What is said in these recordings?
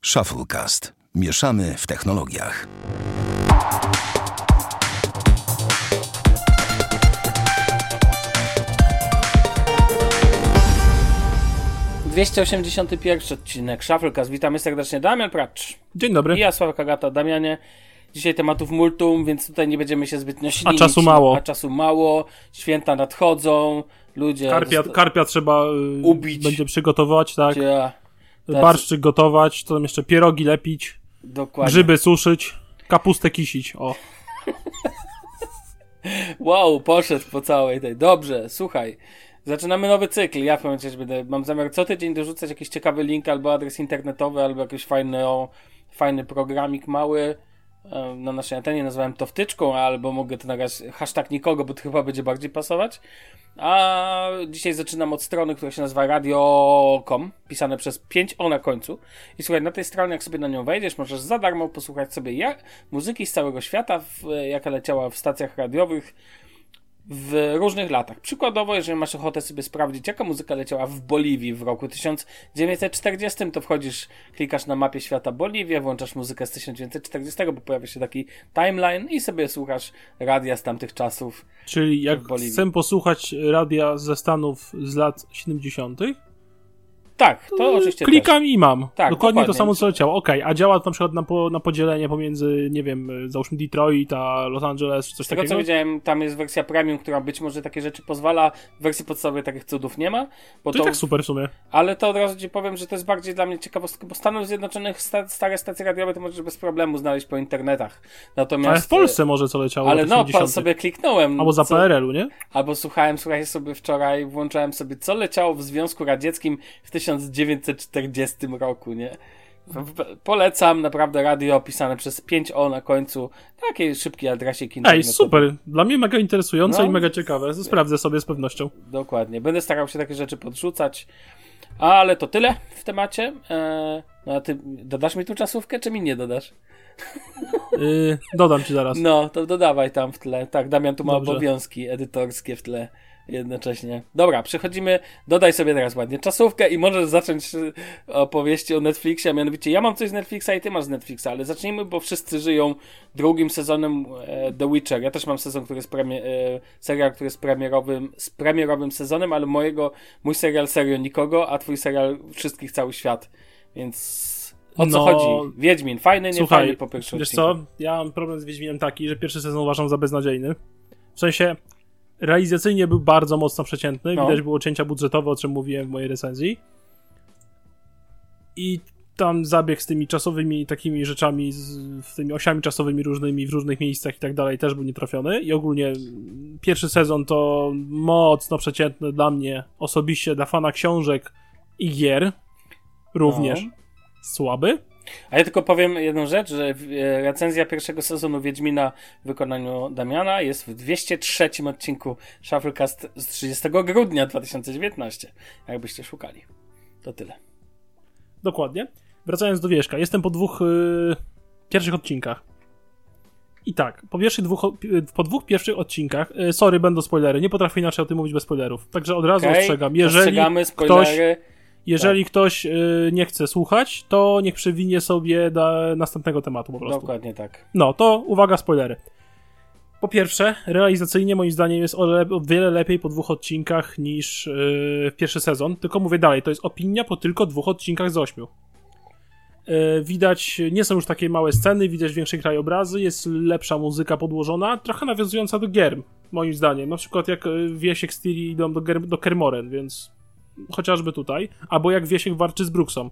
Shufflecast. Mieszamy w technologiach. ...281 odcinek Shufflecast. Witamy serdecznie, Damian Pracz. Dzień dobry. I ja, Sławek Agata. Damianie, dzisiaj tematów multum, więc tutaj nie będziemy się zbytnio ślinić. A czasu mało. Święta nadchodzą. Ludzie... Karpia trzeba ubić. będzie przygotować, tak? Tacy... Barszczyk gotować, to tam jeszcze pierogi lepić. Dokładnie. Grzyby suszyć, kapustę kisić, o. Wow, poszedł po całej tej. Dobrze, słuchaj. Zaczynamy nowy cykl. Ja w momencie mam zamiar co tydzień dorzucać jakiś ciekawy link, albo adres internetowy, albo jakiś fajny programik mały na naszej antenie. Nazwałem to wtyczką, albo mogę to nagrać hashtag nikogo, bo to chyba będzie bardziej pasować. A dzisiaj zaczynam od strony, która się nazywa radio.com, pisane przez 5 o na końcu. I słuchaj, na tej stronie, jak sobie na nią wejdziesz, możesz za darmo posłuchać sobie muzyki z całego świata, jaka leciała w stacjach radiowych w różnych latach. Przykładowo, jeżeli masz ochotę sobie sprawdzić, jaka muzyka leciała w Boliwii w roku 1940, to wchodzisz, klikasz na mapie świata Boliwia, włączasz muzykę z 1940, bo pojawia się taki timeline i sobie słuchasz radia z tamtych czasów. Czyli jak chcę posłuchać radia ze Stanów z lat 70., tak, to oczywiście klikam też. I mam. Tak, dokładnie to samo, co leciało. Okej, a działa to na przykład na podzielenie pomiędzy, nie wiem, załóżmy Detroit a Los Angeles, czy coś takiego? Z tego, co widziałem, tam jest wersja premium, która być może takie rzeczy pozwala. W wersji podstawowej takich cudów nie ma. Bo to i tak super w sumie. Ale to od razu ci powiem, że to jest bardziej dla mnie ciekawostka, bo w Stanach Zjednoczonych stare stacje radiowe to możesz bez problemu znaleźć po internetach. Natomiast, ale w Polsce może co leciało. Ale sobie kliknąłem. Albo za PRL-u, nie? Albo słuchaj sobie wczoraj, włączałem sobie, co leciało w Związku Radzieckim w 1940 roku, nie? Polecam, naprawdę radio opisane przez 5 o na końcu. Taki szybki adresik internetowy. Ej, super. Dla mnie mega interesujące i mega ciekawe. Sprawdzę sobie z pewnością. Dokładnie. Będę starał się takie rzeczy podrzucać. Ale to tyle w temacie. No a ty dodasz mi tu czasówkę, czy mi nie dodasz? Dodam ci zaraz. No, to dodawaj tam w tle. Tak, Damian tu ma Dobrze. obowiązki edytorskie w tle jednocześnie. Dobra, przechodzimy. Dodaj sobie teraz ładnie czasówkę i możesz zacząć opowieści o Netflixie, a mianowicie ja mam coś z Netflixa i ty masz z Netflixa, ale zacznijmy, bo wszyscy żyją drugim sezonem The Witcher. Ja też mam sezon, który jest serial, który jest premierowym sezonem, ale mój serial serio nikogo, a twój serial wszystkich, cały świat. Więc o co chodzi? Wiedźmin, fajny, nie fajny po pierwszym wiesz odcinku. co? Ja mam problem z Wiedźminem taki, że pierwszy sezon uważam za beznadziejny. W sensie realizacyjnie był bardzo mocno przeciętny. Widać było cięcia budżetowe, o czym mówiłem w mojej recenzji. I tam zabieg z tymi czasowymi takimi rzeczami, z tymi osiami czasowymi różnymi w różnych miejscach i tak dalej też był nietrafiony. I ogólnie pierwszy sezon to mocno przeciętny dla mnie osobiście, dla fana książek i gier. Również słaby. A ja tylko powiem jedną rzecz, że recenzja pierwszego sezonu Wiedźmina w wykonaniu Damiana jest w 203 odcinku Shufflecast z 30 grudnia 2019. Jakbyście szukali. To tyle. Dokładnie. Wracając do Wierzcha. Jestem po dwóch pierwszych odcinkach. I tak, po dwóch pierwszych odcinkach, sorry, będą spoilery, nie potrafię inaczej o tym mówić bez spoilerów. Także od razu ostrzegam. Jeżeli ktoś nie chce słuchać, to niech przewinie sobie do następnego tematu po prostu. Dokładnie tak. No, to uwaga, spoilery. Po pierwsze, realizacyjnie moim zdaniem jest o wiele lepiej po 2 odcinkach niż pierwszy sezon. Tylko mówię dalej, to jest opinia po tylko 2 odcinkach z 8. Widać, nie są już takie małe sceny, widać większe krajobrazy, jest lepsza muzyka podłożona, trochę nawiązująca do gier, moim zdaniem. Na przykład jak Wiesiek z Ciri idą do Kermoren, więc chociażby tutaj, albo jak Wiesiek walczy z Bruksą.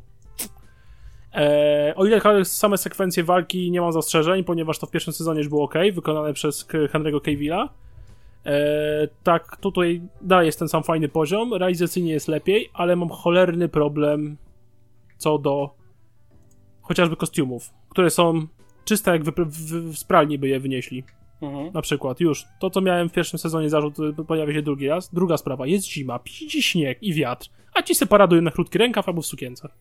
O ile same sekwencje walki nie mam zastrzeżeń, ponieważ to w pierwszym sezonie już było ok, wykonane przez Henry'ego Cavilla. Tak, tutaj dalej jest ten sam fajny poziom, realizacyjnie jest lepiej, ale mam cholerny problem co do chociażby kostiumów, które są czyste jak z pralni by je wynieśli. Na przykład, już. To, co miałem w pierwszym sezonie zarzut, pojawia się drugi raz. Druga sprawa, jest zima, pisi śnieg i wiatr, a ci se paradują na krótki rękaw albo w sukience.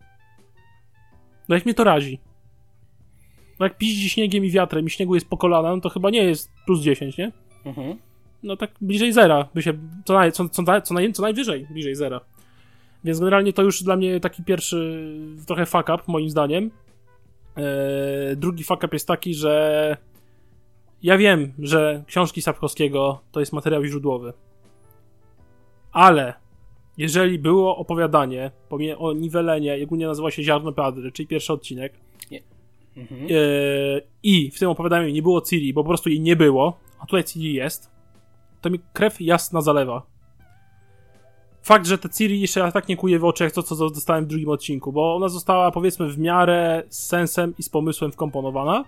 No jak mnie to razi. No jak piździ śniegiem i wiatrem i śniegu jest po kolana, no to chyba nie jest plus 10, nie? No tak bliżej zera by się, co najwyżej bliżej zera. Więc generalnie to już dla mnie taki pierwszy trochę fuck up, moim zdaniem. Drugi fuck up jest taki, że ja wiem, że książki Sapkowskiego to jest materiał źródłowy. Ale jeżeli było opowiadanie o Niwelenie, jak ogólnie nazywa się Ziarno Prawdy, czyli pierwszy odcinek, i w tym opowiadaniu nie było Ciri, bo po prostu jej nie było, a tutaj Ciri jest, to mi krew jasna zalewa. Fakt, że te Ciri jeszcze tak nie kuje w oczy, jak to, co dostałem w drugim odcinku, bo ona została, powiedzmy, w miarę z sensem i z pomysłem wkomponowana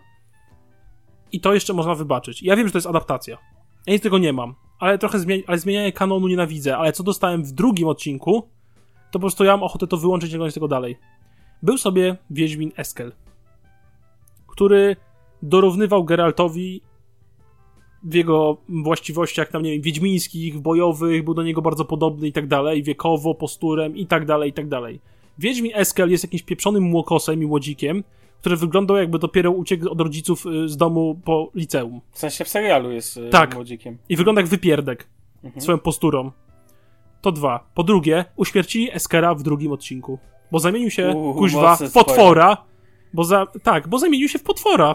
i to jeszcze można wybaczyć. Ja wiem, że to jest adaptacja. Ja nic tego nie mam, ale trochę zmienianie kanonu nienawidzę, ale co dostałem w drugim odcinku, to po prostu ja mam ochotę to wyłączyć i nie oglądać tego dalej. Był sobie Wiedźmin Eskel, który dorównywał Geraltowi w jego właściwościach tam, nie wiem, wiedźmińskich, bojowych, był do niego bardzo podobny i tak dalej, wiekowo, posturem i tak dalej, i tak dalej. Wiedźmin Eskel jest jakimś pieprzonym młokosem i młodzikiem, który wyglądał jakby dopiero uciekł od rodziców z domu po liceum. W sensie w serialu jest młodzikiem. I wygląda jak wypierdek swoją posturą. To dwa. Po drugie, uśmiercili Eskera w drugim odcinku. Bo zamienił się, kuźwa, w potwora. Bo zamienił się w potwora.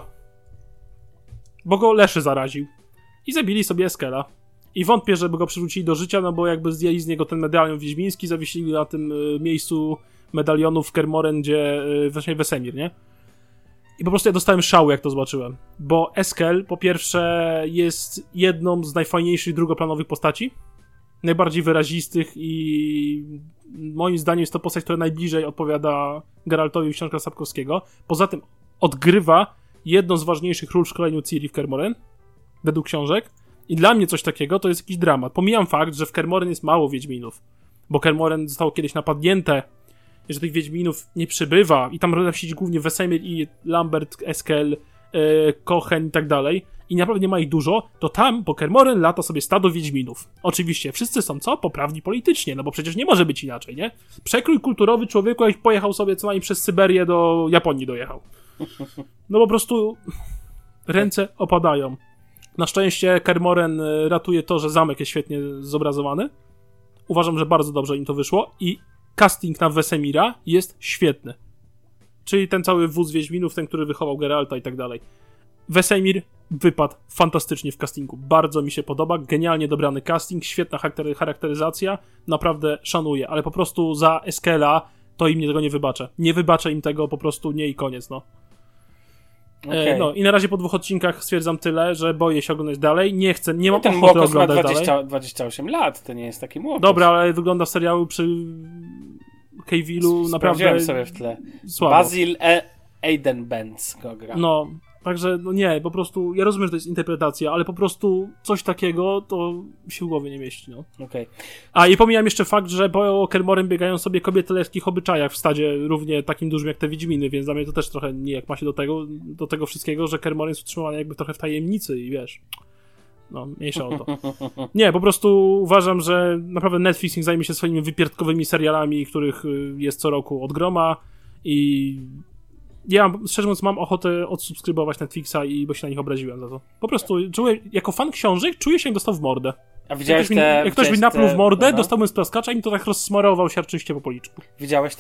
Bo go Leszy zaraził. I zabili sobie Eskera. I wątpię, żeby go przywrócili do życia, no bo jakby zdjęli z niego ten medalion wiedźmiński, zawiesili na tym miejscu medalionów Kermoren, gdzie właśnie Wesemir, nie? I po prostu ja dostałem szału, jak to zobaczyłem. Bo Eskel, po pierwsze, jest jedną z najfajniejszych drugoplanowych postaci. Najbardziej wyrazistych i moim zdaniem jest to postać, która najbliżej odpowiada Geraltowi w książkach Sapkowskiego. Poza tym odgrywa jedną z ważniejszych ról w szkoleniu Ciri w Kermoren, według książek. I dla mnie coś takiego to jest jakiś dramat. Pomijam fakt, że w Kermoren jest mało Wiedźminów. Bo Kermoren zostało kiedyś napadnięte, że tych Wiedźminów nie przybywa i tam siedzi głównie Wesemir i Lambert, Eskel, Kochen i tak dalej i naprawdę nie ma ich dużo, to tam po Kermoren lata sobie stado Wiedźminów. Oczywiście, wszyscy są poprawni politycznie, no bo przecież nie może być inaczej, nie? Przekrój kulturowy człowieku, jak pojechał sobie co najmniej przez Syberię do Japonii dojechał. No po prostu ręce opadają. Na szczęście Kermoren ratuje to, że zamek jest świetnie zobrazowany. Uważam, że bardzo dobrze im to wyszło i casting na Wesemira jest świetny. Czyli ten cały wóz Wiedźminów, ten, który wychował Geralta i tak dalej. Wesemir wypadł fantastycznie w castingu. Bardzo mi się podoba. Genialnie dobrany casting, świetna charakteryzacja. Naprawdę szanuję, ale po prostu za Eskela to im tego nie wybaczę. Nie wybaczę im tego, po prostu nie i koniec, no. Okay. No i na razie po 2 odcinkach stwierdzam tyle, że boję się oglądać dalej. Nie chcę, nie mam ochoty oglądać dalej. 28 lat, to nie jest taki młody. Dobra, ale wygląda w serialu przy Cavillu naprawdę sobie w tle. Słabo. Basil Eidenbenz go gra. No, także no nie, po prostu ja rozumiem, że to jest interpretacja, ale po prostu coś takiego to się w głowie nie mieści, no. Okay. A i pomijam jeszcze fakt, że po Kermoren biegają sobie kobiety w lekkich obyczajach w stadzie równie takim dużym jak te Wiedźminy, więc dla mnie to też trochę nijak ma się do tego wszystkiego, że Kermoren jest utrzymany jakby trochę w tajemnicy i wiesz, no, mniejsza o to. Nie, po prostu uważam, że naprawdę Netflix niech zajmie się swoimi wypierdkowymi serialami, których jest co roku od groma i ja, szczerze mówiąc, mam ochotę odsubskrybować Netflixa bo się na nich obraziłem za to. Po prostu czuję, jako fan książek, czuję się, jak dostał w mordę. A widziałeś jak ktoś mi napluł w mordę, dostałbym z plaskacza i mi to tak rozsmarował siarczyście po policzku. Widziałeś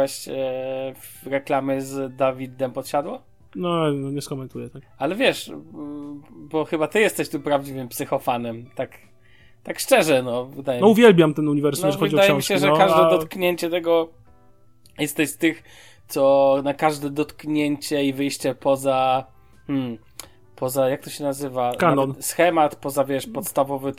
reklamy z Dawidem Podsiadło? No, nie skomentuję, tak. Ale wiesz, bo chyba ty jesteś tu prawdziwym psychofanem, tak szczerze, no. Wydaje mi się. No uwielbiam ten uniwersum, jeżeli chodzi o książki. Wydaje mi się, że każde dotknięcie tego jesteś z tych, co na każde dotknięcie i wyjście poza jak to się nazywa? Kanon. Schemat, poza, wiesz, podstawowy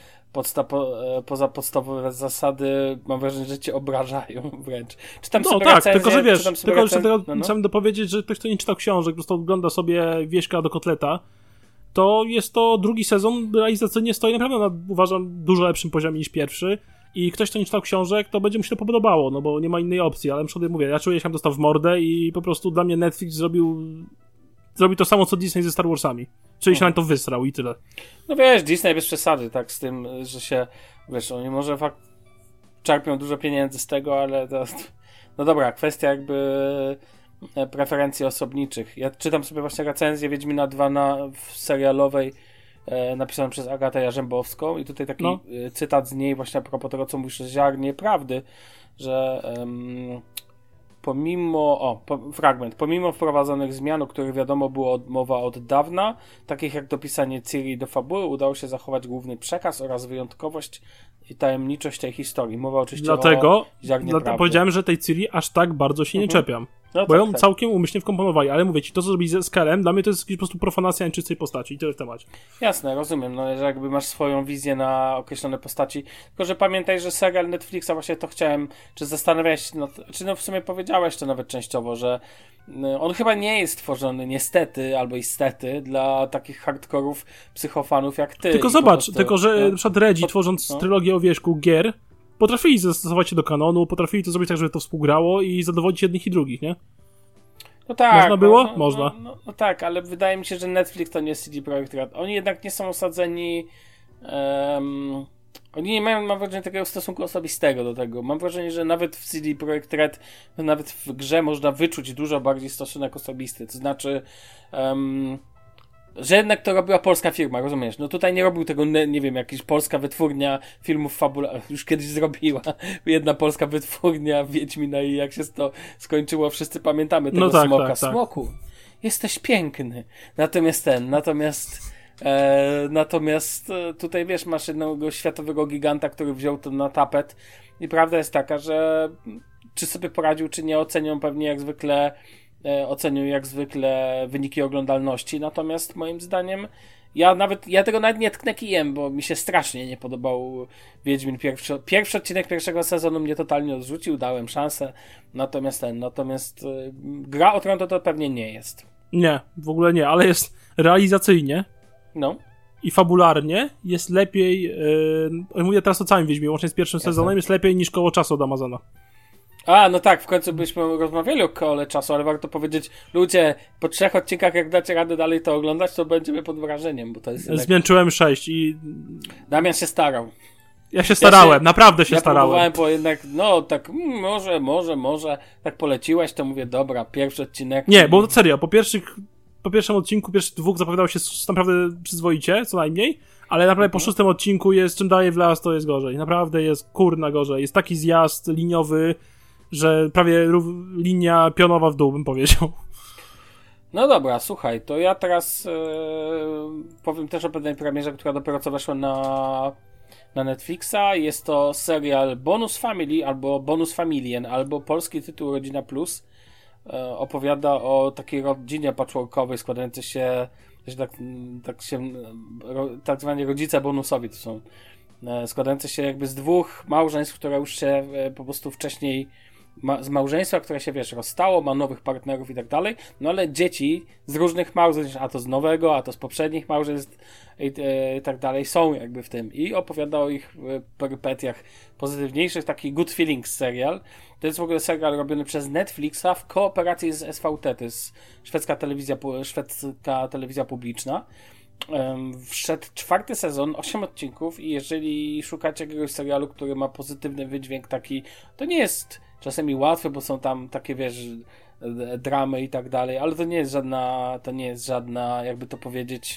poza podstawowe zasady, mam wrażenie, że cię obrażają wręcz. Czytam sobie recenzję, tylko że wiesz, tylko chciałem dopowiedzieć, że ktoś, kto nie czytał książek, po prostu ogląda sobie Wieśka do kotleta, to jest to drugi sezon, realizacyjnie stoi naprawdę na, uważam, dużo lepszym poziomie niż pierwszy. I ktoś, kto nie czytał książek, to będzie mu się to podobało, no bo nie ma innej opcji, ale muszę mówię, ja czuję się, dostał w mordę i po prostu dla mnie Netflix zrobił to samo, co Disney ze Star Warsami. Czyli się na to wysrał i tyle. No wiesz, Disney bez przesady, tak, z tym, że się, wiesz, oni może czerpią dużo pieniędzy z tego, ale to, no dobra, kwestia jakby preferencji osobniczych. Ja czytam sobie właśnie recenzję Wiedźmina 2 w serialowej, napisaną przez Agatę Jarzębowską i tutaj taki cytat z niej właśnie a propos tego, co mówisz o ziarnie prawdy, pomimo wprowadzonych zmian, o których wiadomo było mowa od dawna, takich jak dopisanie Ciri do fabuły, udało się zachować główny przekaz oraz wyjątkowość i tajemniczość tej historii. Mowa oczywiście o ziarnie prawdy. Powiedziałem, że tej Ciri aż tak bardzo się nie czepiam. No bo ją całkiem umyślnie wkomponowali, ale mówię ci, to co zrobili ze Skelem, dla mnie to jest po prostu profanacja czystej postaci i tyle w temacie. Jasne, rozumiem, no że jakby masz swoją wizję na określone postaci, tylko że pamiętaj, że serial Netflixa, właśnie to chciałem, czy zastanawiałeś się, w sumie powiedziałeś to nawet częściowo, że on chyba nie jest tworzony niestety, albo istety, dla takich hardkorów psychofanów jak ty. Tylko zobacz, że na przykład Redzi, tworząc trylogię o wierzchu gier, potrafili zastosować się do kanonu, potrafili to zrobić tak, żeby to współgrało i zadowolić jednych i drugich, nie? No tak. Można było? Można. No tak, ale wydaje mi się, że Netflix to nie jest CD Projekt Red. Oni jednak nie są osadzeni... oni nie mają, mam wrażenie, takiego stosunku osobistego do tego. Mam wrażenie, że nawet w CD Projekt Red, nawet w grze można wyczuć dużo bardziej stosunek osobisty. To znaczy... że jednak to robiła polska firma, rozumiesz? No tutaj nie robił tego, nie wiem, jakaś polska wytwórnia filmów fabularnych, już kiedyś zrobiła jedna polska wytwórnia Wiedźmina i jak się to skończyło, wszyscy pamiętamy tego smoka. Tak. Smoku, jesteś piękny. Natomiast tutaj, wiesz, masz jednego światowego giganta, który wziął to na tapet i prawda jest taka, że czy sobie poradził, czy nie, ocenią jak zwykle wyniki oglądalności, natomiast moim zdaniem ja tego nawet nie tknę kijem, bo mi się strasznie nie podobał Wiedźmin pierwszy odcinek pierwszego sezonu mnie totalnie odrzucił, dałem szansę, natomiast Gra o Tron to pewnie nie jest. Nie, w ogóle nie, ale jest realizacyjnie i fabularnie jest lepiej, mówię teraz o całym Wiedźmie, łącznie z pierwszym sezonem, jest lepiej niż Koło Czasu od Amazona. No tak, w końcu byśmy rozmawiali o Kole Czasu, ale warto powiedzieć, ludzie, po 3 odcinkach, jak dacie radę dalej to oglądać, to będziemy pod wrażeniem, bo to jest... Zmięczyłem 6 i... Damian się starał. Ja się starałem, naprawdę się starałem. Ja próbowałem, bo jednak, może, tak poleciłeś, to mówię, dobra, pierwszy odcinek... Nie, bo serio, po pierwszym odcinku, pierwszych 2 zapowiadał się naprawdę przyzwoicie, co najmniej, ale naprawdę po 6 odcinku jest, czym dalej w las, to jest gorzej. Naprawdę jest kurna gorzej. Jest taki zjazd liniowy, że prawie linia pionowa w dół, bym powiedział. No dobra, słuchaj, to ja teraz powiem też o pewnej premierze, która dopiero co weszła na Netflixa. Jest to serial Bonus Family, albo Bonus Familien, albo polski tytuł Rodzina Plus. Opowiada o takiej rodzinie patchworkowej składającej się, tak zwani rodzice bonusowi to są, składające się jakby z 2 małżeństw, które już się po prostu wcześniej z małżeństwa, które się, wiesz, rozstało, ma nowych partnerów i tak dalej, no ale dzieci z różnych małżeństw, a to z nowego, a to z poprzednich małżeństw i tak dalej, są jakby w tym i opowiada o ich perypetiach pozytywniejszych, taki Good Feelings serial. To jest w ogóle serial robiony przez Netflixa w kooperacji z SVT, to jest szwedzka telewizja publiczna. Wszedł 4 sezon, 8 odcinków i jeżeli szukacie jakiegoś serialu, który ma pozytywny wydźwięk taki, to nie jest czasami łatwe, bo są tam takie, wiesz, dramy i tak dalej, ale to nie jest żadna, jakby to powiedzieć,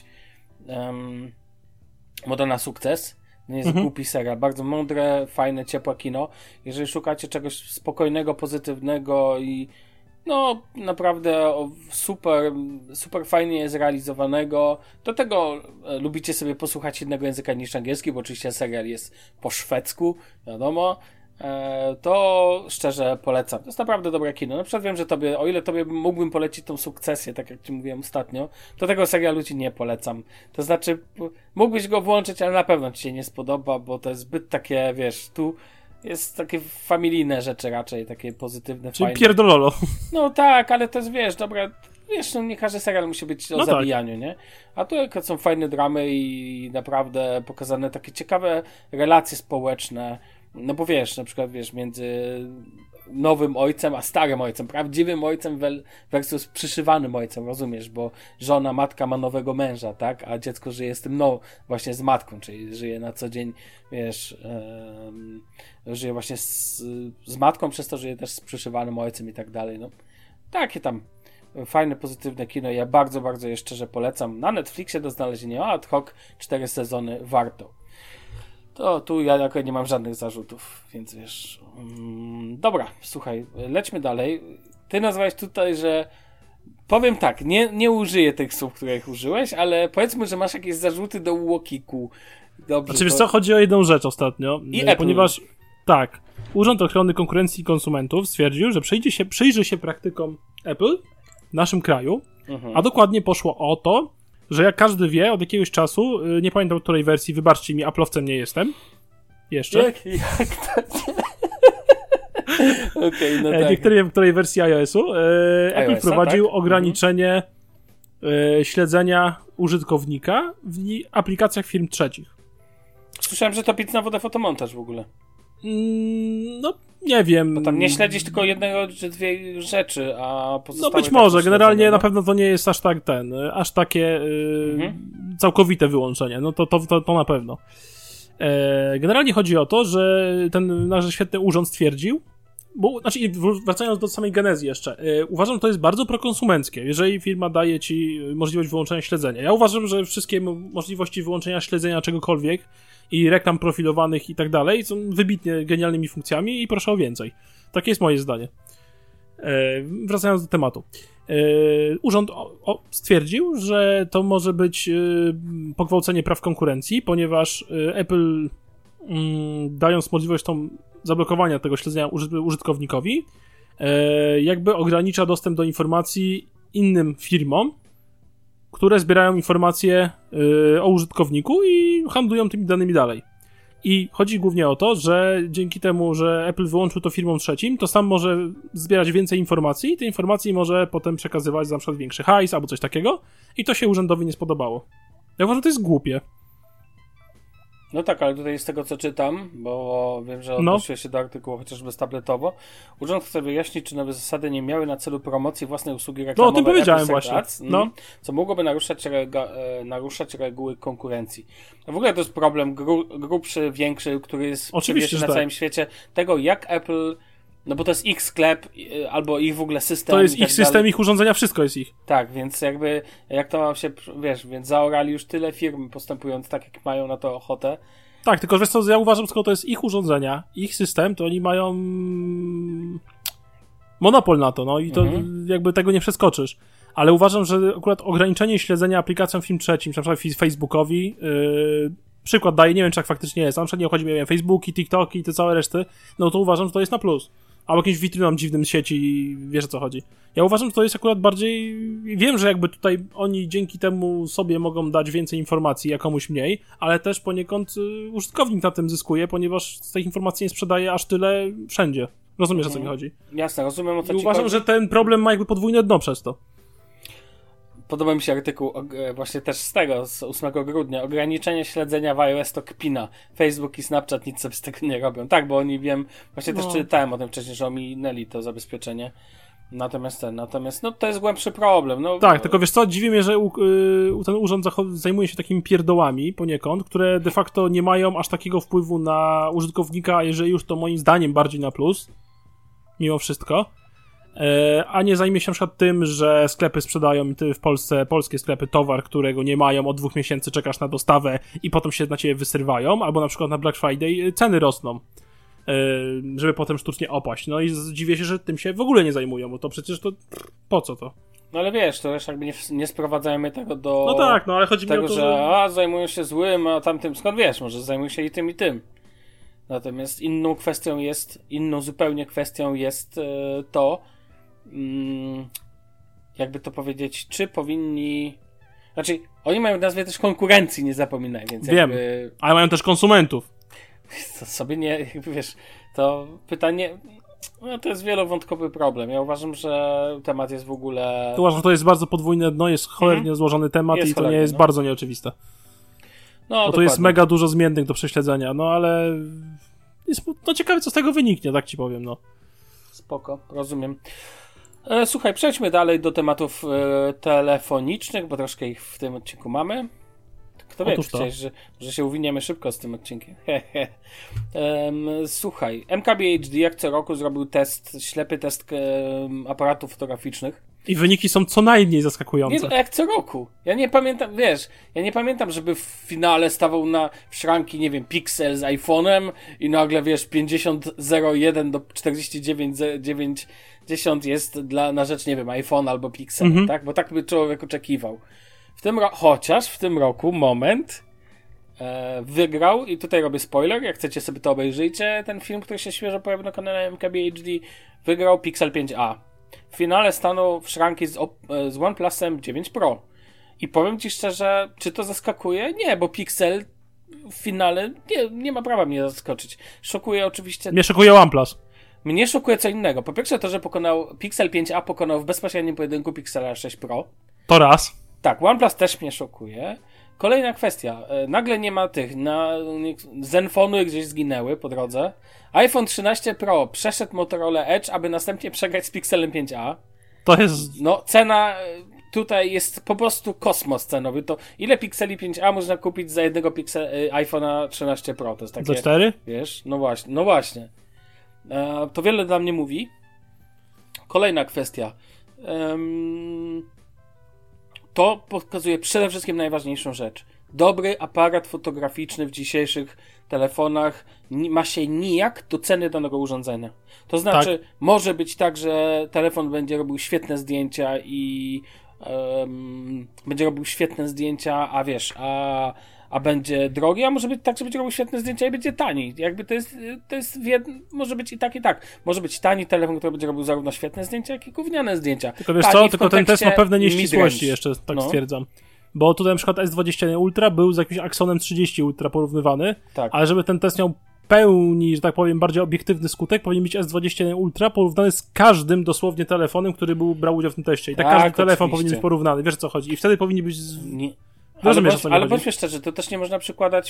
moda na sukces. Nie jest głupi serial, bardzo mądre, fajne, ciepłe kino. Jeżeli szukacie czegoś spokojnego, pozytywnego i naprawdę super fajnie zrealizowanego. Do tego lubicie sobie posłuchać innego języka niż angielski, bo oczywiście serial jest po szwedzku, wiadomo. To szczerze polecam. To jest naprawdę dobre kino. Na przykład wiem, że o ile tobie mógłbym polecić tą Sukcesję, tak jak ci mówiłem ostatnio, to tego serialu ci nie polecam. To znaczy, mógłbyś go włączyć, ale na pewno ci się nie spodoba, bo to jest zbyt takie, wiesz, tu jest takie familijne rzeczy raczej, takie pozytywne, czyli fajne. Pierdololo. No tak, ale to jest, wiesz, dobra, wiesz, nie każdy serial musi być o zabijaniu, tak. Nie? A tu są fajne dramy i naprawdę pokazane takie ciekawe relacje społeczne. No bo wiesz, na przykład między nowym ojcem a starym ojcem, prawdziwym ojcem versus przyszywanym ojcem, rozumiesz, bo matka ma nowego męża, tak, a dziecko żyje z tym, właśnie z matką, czyli żyje na co dzień, wiesz, żyje właśnie z matką, przez to żyje też z przyszywanym ojcem i tak dalej, takie tam fajne, pozytywne kino, ja bardzo, bardzo je szczerze polecam, na Netflixie do znalezienia ad hoc, 4 sezony, warto. To tu ja akurat nie mam żadnych zarzutów, więc wiesz... Dobra, słuchaj, lećmy dalej. Ty nazwałeś tutaj, że... Powiem tak, nie użyję tych słów, których użyłeś, ale powiedzmy, że masz jakieś zarzuty do UOKiK-u. Dobrze, znaczy, wiesz co, chodzi o jedną rzecz ostatnio. Ponieważ, tak, Urząd Ochrony Konkurencji i Konsumentów stwierdził, że przyjrzy się praktykom Apple w naszym kraju, a dokładnie poszło o to, że jak każdy wie, od jakiegoś czasu, nie pamiętam której wersji, wybaczcie mi, Apple'owcem nie jestem. Jeszcze. Jak to? Okej, no tak. Nie wiem, której wersji iOS-u. Apple wprowadził tak? ograniczenie śledzenia użytkownika w aplikacjach firm trzecich. Słyszałem, że to pic na wodę fotomontaż w ogóle. No, nie wiem. Bo tam nie śledzisz tylko jednego czy dwie rzeczy, a pozostałe... No być może, generalnie na pewno to nie jest aż takie całkowite wyłączenie. No to na pewno. Generalnie chodzi o to, że ten nasz świetny urząd stwierdził, wracając do samej genezy jeszcze, uważam, że to jest bardzo prokonsumenckie, jeżeli firma daje ci możliwość wyłączenia śledzenia. Ja uważam, że wszystkie możliwości wyłączenia śledzenia czegokolwiek i reklam profilowanych i tak dalej są wybitnie genialnymi funkcjami i proszę o więcej. Takie jest moje zdanie. Wracając do tematu. Urząd stwierdził, że to może być pogwałcenie praw konkurencji, ponieważ Apple, dając możliwość zablokowania tego śledzenia użytkownikowi, jakby ogranicza dostęp do informacji innym firmom, które zbierają informacje o użytkowniku i handlują tymi danymi dalej. I chodzi głównie o to, że dzięki temu, że Apple wyłączył to firmom trzecim, to sam może zbierać więcej informacji i te informacje może potem przekazywać za na przykład większy hajs albo coś takiego i to się urzędowi nie spodobało. Ja uważam, że to jest głupie. No tak, ale tutaj z tego co czytam, bo wiem, że odnosiłeś się do artykułu chociażby tabletowo, urząd chce wyjaśnić, czy nowe zasady nie miały na celu promocji własnej usługi reklamowej. No o tym powiedziałem właśnie. Co mogłoby naruszać reguły konkurencji. No w ogóle to jest problem grubszy, większy, który jest oczywiście na całym świecie, tego jak Apple... No bo to jest ich sklep, albo ich w ogóle system. To jest ich system, ich urządzenia, wszystko jest ich. Tak, więc jakby, jak to ma się, więc zaorali już tyle firm, postępując tak, jak mają na to ochotę. Tak, tylko wiesz co, ja uważam, skoro to jest ich urządzenia, ich system, to oni mają monopol na to, no i to jakby tego nie przeskoczysz. Ale uważam, że akurat ograniczenie śledzenia aplikacjom firm trzecim, na przykład Facebookowi, przykład daję, nie wiem, czy tak faktycznie jest, na przykład nie chodzi mi o Facebooki, TikToki i te całe reszty, no to uważam, że to jest na plus. Albo jakimś witryną dziwnym sieci, wiesz o co chodzi. Ja uważam, że to jest akurat bardziej... Wiem, że jakby tutaj oni dzięki temu sobie mogą dać więcej informacji, a komuś mniej, ale też poniekąd użytkownik na tym zyskuje, ponieważ z tych informacji nie sprzedaje aż tyle wszędzie. Rozumiesz, o co mi chodzi? Jasne, rozumiem, o co ci uważam, chodzi. Że ten problem ma jakby podwójne dno przez to. Podoba mi się artykuł właśnie też z 8 grudnia. Ograniczenie śledzenia w iOS to kpina. Facebook i Snapchat nic sobie z tego nie robią. Tak, bo oni właśnie też czytałem o tym wcześniej, że ominęli to zabezpieczenie. Natomiast to jest głębszy problem. Tak, tylko wiesz co, dziwi mnie, że ten urząd zajmuje się takimi pierdołami poniekąd, które de facto nie mają aż takiego wpływu na użytkownika, a jeżeli już to moim zdaniem bardziej na plus, mimo wszystko. A nie zajmie się na przykład tym, że sklepy sprzedają w Polsce, polskie sklepy, towar, którego nie mają, od 2 miesięcy czekasz na dostawę i potem się na ciebie wysywają, albo na przykład na Black Friday ceny rosną, żeby potem sztucznie opaść. No i dziwię się, że tym się w ogóle nie zajmują, bo to przecież to po co to? No ale wiesz, to już jakby nie sprowadzajmy tego do... No tak, no ale chodzi tego, mi o to, że zajmują się złym, a tamtym, skąd wiesz, może zajmują się i tym, i tym. Natomiast inną zupełnie kwestią jest to, jakby to powiedzieć, czy powinni... Znaczy, oni mają w nazwie też konkurencji, nie zapominaj, więc wiem, ale mają też konsumentów. To sobie nie, jakby wiesz, to pytanie... No to jest wielowątkowy problem. Ja uważam, że temat jest w ogóle... Uważam, że to jest bardzo podwójne dno, jest cholernie złożony temat i to nie jest bardzo nieoczywiste. Bo tu jest mega dużo zmiennych do prześledzenia, no ale... ciekawe, co z tego wyniknie, tak ci powiem, no. Spoko, rozumiem. Słuchaj, przejdźmy dalej do tematów telefonicznych, bo troszkę ich w tym odcinku mamy. Kto wie, chciałeś, że się uwiniemy szybko z tym odcinkiem. Słuchaj, MKBHD jak co roku zrobił ślepy test aparatów fotograficznych. I wyniki są co najmniej zaskakujące. Nie, jak co roku. Ja nie pamiętam, żeby w finale stawał w szranki, nie wiem, Pixel z iPhone'em i nagle, 50.01 do 49.90 jest na rzecz, nie wiem, iPhone albo Pixel, tak? Bo tak by człowiek oczekiwał. Chociaż w tym roku, wygrał, i tutaj robię spoiler, jak chcecie sobie to obejrzyjcie, ten film, który się świeżo pojawił na kanale MKBHD, wygrał Pixel 5a. W finale stanął w szranki z OnePlusem 9 Pro. I powiem ci szczerze, czy to zaskakuje? Nie, bo Pixel w finale nie ma prawa mnie zaskoczyć. Szokuje oczywiście... Mnie szokuje OnePlus. Mnie szokuje co innego. Po pierwsze to, że Pixel 5a pokonał w bezpośrednim pojedynku Pixela 6 Pro. To raz. Tak, OnePlus też mnie szokuje. Kolejna kwestia. Nagle nie ma Zenfony gdzieś zginęły po drodze. iPhone 13 Pro przeszedł Motorola Edge, aby następnie przegrać z Pixelem 5a. To jest... No, cena tutaj jest po prostu kosmos cenowy. To ile Pixeli 5a można kupić za jednego iPhone'a 13 Pro? To jest takie... Za 4? Wiesz? No właśnie. To wiele dla mnie mówi. Kolejna kwestia. To pokazuje przede wszystkim najważniejszą rzecz. Dobry aparat fotograficzny w dzisiejszych telefonach ma się nijak do ceny danego urządzenia. To znaczy, może być tak, że telefon będzie robił świetne zdjęcia a będzie drogi, a może być tak, że będzie robił świetne zdjęcia i będzie tani. Jakby może być i tak, i tak. Może być tani telefon, który będzie robił zarówno świetne zdjęcia, jak i gówniane zdjęcia. Tylko wiesz co, tylko ten test ma pewne nieścisłości jeszcze, tak stwierdzam. Bo tutaj na przykład S21 Ultra był z jakimś Axonem 30 Ultra porównywany, ale żeby ten test miał pełni, że tak powiem, bardziej obiektywny skutek, powinien być S21 Ultra porównany z każdym dosłownie telefonem, który brał udział w tym teście. I tak każdy telefon powinien być porównany. Wiesz, o co chodzi. I wtedy powinni być... Ale bądźmy szczerzy, to też nie można przykładać,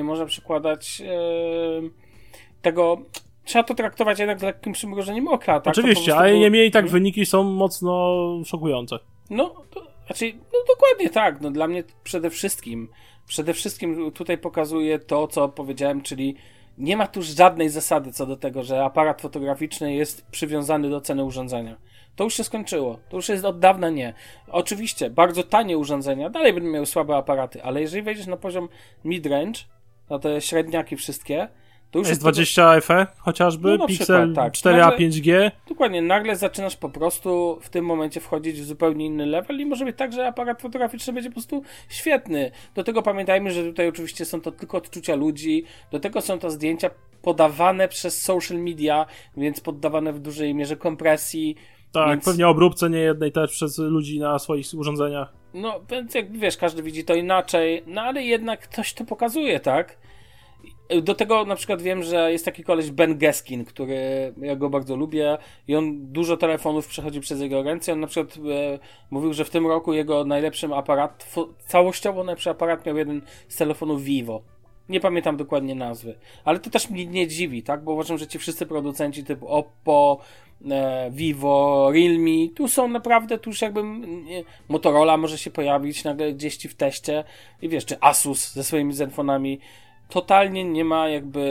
tego... Trzeba to traktować jednak z lekkim przymrużeniem oka, tak? Oczywiście, ale niemniej i tak wyniki są mocno szokujące. Dokładnie tak. Dla mnie przede wszystkim tutaj pokazuje to, co powiedziałem, czyli nie ma tu żadnej zasady co do tego, że aparat fotograficzny jest przywiązany do ceny urządzenia. To już się skończyło. To już jest od dawna nie. Oczywiście, bardzo tanie urządzenia dalej będą miały słabe aparaty, ale jeżeli wejdziesz na poziom mid-range, na te średniaki wszystkie, to już S20 FE chociażby, Pixel 4a 5G. Dokładnie, nagle zaczynasz po prostu w tym momencie wchodzić w zupełnie inny level i może być tak, że aparat fotograficzny będzie po prostu świetny. Do tego pamiętajmy, że tutaj oczywiście są to tylko odczucia ludzi, do tego są to zdjęcia podawane przez social media, więc poddawane w dużej mierze kompresji. Tak, więc... pewnie obróbce niejednej też przez ludzi na swoich urządzeniach. No, więc jak wiesz, każdy widzi to inaczej, ale jednak ktoś to pokazuje, tak? Do tego na przykład wiem, że jest taki koleś Ben Geskin, który ja go bardzo lubię i on dużo telefonów przechodzi przez jego ręce. On na przykład mówił, że w tym roku jego najlepszym całościowo najlepszy aparat miał jeden z telefonów Vivo. Nie pamiętam dokładnie nazwy, ale to też mnie nie dziwi, tak? Bo uważam, że ci wszyscy producenci typu Oppo, Vivo, Realme, tu są naprawdę, tu już jakby Motorola może się pojawić nagle gdzieś ci w teście i wiesz, czy Asus ze swoimi Zenfonami. Totalnie nie ma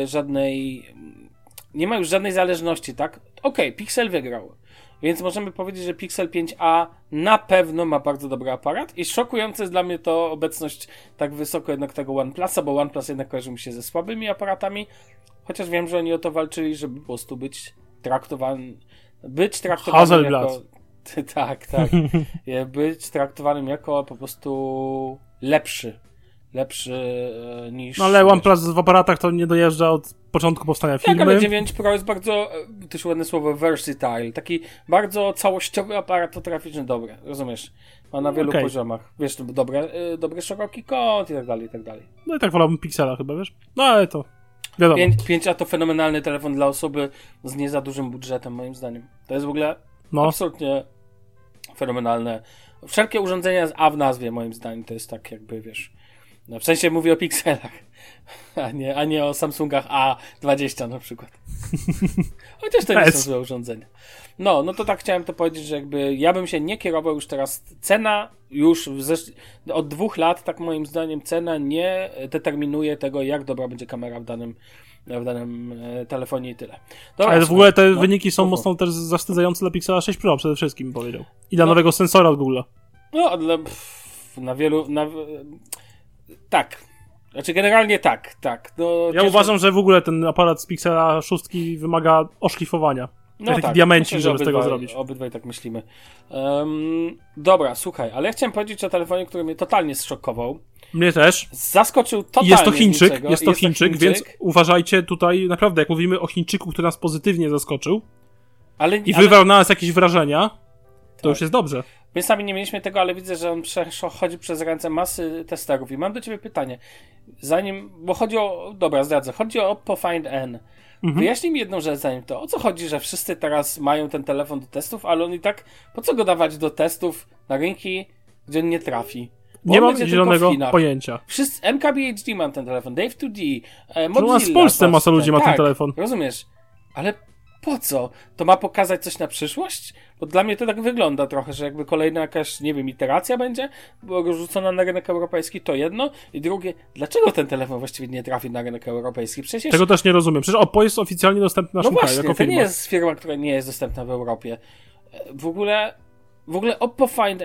już żadnej zależności, tak? Okej, Pixel wygrał. Więc możemy powiedzieć, że Pixel 5a na pewno ma bardzo dobry aparat i szokujące jest dla mnie to obecność tak wysoko jednak tego OnePlusa, bo OnePlus jednak kojarzy mi się ze słabymi aparatami, chociaż wiem, że oni o to walczyli, żeby po prostu być traktowanym jako... Tak. Być traktowanym jako po prostu lepszy niż... No ale OnePlus w aparatach to nie dojeżdża od początku powstania firmy. Tak, ale 9 Pro jest bardzo, też ładne słowo, versatile. Taki bardzo całościowy aparat fotograficzny, dobry, rozumiesz? Ma na wielu poziomach. Wiesz, dobry szeroki kąt i tak dalej, i tak dalej. No i tak wolałbym Pixela chyba, wiesz? No ale to wiadomo. 5A to fenomenalny telefon dla osoby z nie za dużym budżetem, moim zdaniem. To jest w ogóle absolutnie fenomenalne. Wszelkie urządzenia z A w nazwie, moim zdaniem, to jest tak jakby, wiesz... No, w sensie mówię o pikselach, a nie o Samsungach A20 na przykład. Chociaż to nie są złe urządzenia. No to tak chciałem to powiedzieć, że jakby ja bym się nie kierował już teraz. Cena już od 2 lat, tak moim zdaniem, cena nie determinuje tego, jak dobra będzie kamera w danym w danym telefonie i tyle. Dobra, ale w ogóle te no, wyniki są mocno też zawstydzające dla Pixela 6 Pro przede wszystkim, powiedział. I dla nowego sensora od Google'a. No, na wielu... tak. Znaczy generalnie tak. No, ja uważam, że w ogóle ten aparat z Pixela 6 wymaga oszlifowania. No taki tak, diamencik, myślę, żeby z tego zrobić. Obydwaj tak myślimy. Dobra, słuchaj, ale ja chciałem powiedzieć o telefonie, który mnie totalnie zszokował. Mnie też. Zaskoczył totalnie. Jest to Chińczyk, jest to Chińczyk, więc uważajcie tutaj, naprawdę, jak mówimy o Chińczyku, który nas pozytywnie zaskoczył i wywarł na nas jakieś wrażenia, to już jest dobrze. My sami nie mieliśmy tego, ale widzę, że on chodzi przez ręce masy testerów i mam do ciebie pytanie. Bo chodzi o... Dobra, zdradzę. Chodzi o Oppo Find N. Wyjaśnij mi jedną rzecz zanim to. O co chodzi, że wszyscy teraz mają ten telefon do testów, ale on i tak... Po co go dawać do testów na rynki, gdzie on nie trafi? Bo nie mam zielonego pojęcia. Wszyscy, MKBHD mam ten telefon, Dave2D, Mozilla. W Polsce masa ludzi ma ten telefon. Rozumiesz. Ale po co? To ma pokazać coś na przyszłość? Bo dla mnie to tak wygląda trochę, że jakby kolejna jakaś, nie wiem, iteracja będzie rzucona na rynek europejski, to jedno. I drugie, dlaczego ten telefon właściwie nie trafi na rynek europejski? Przecież... Tego też nie rozumiem. Przecież Oppo jest oficjalnie dostępny na naszym kraju jako firma. To nie jest firma, która nie jest dostępna w Europie. W ogóle Oppo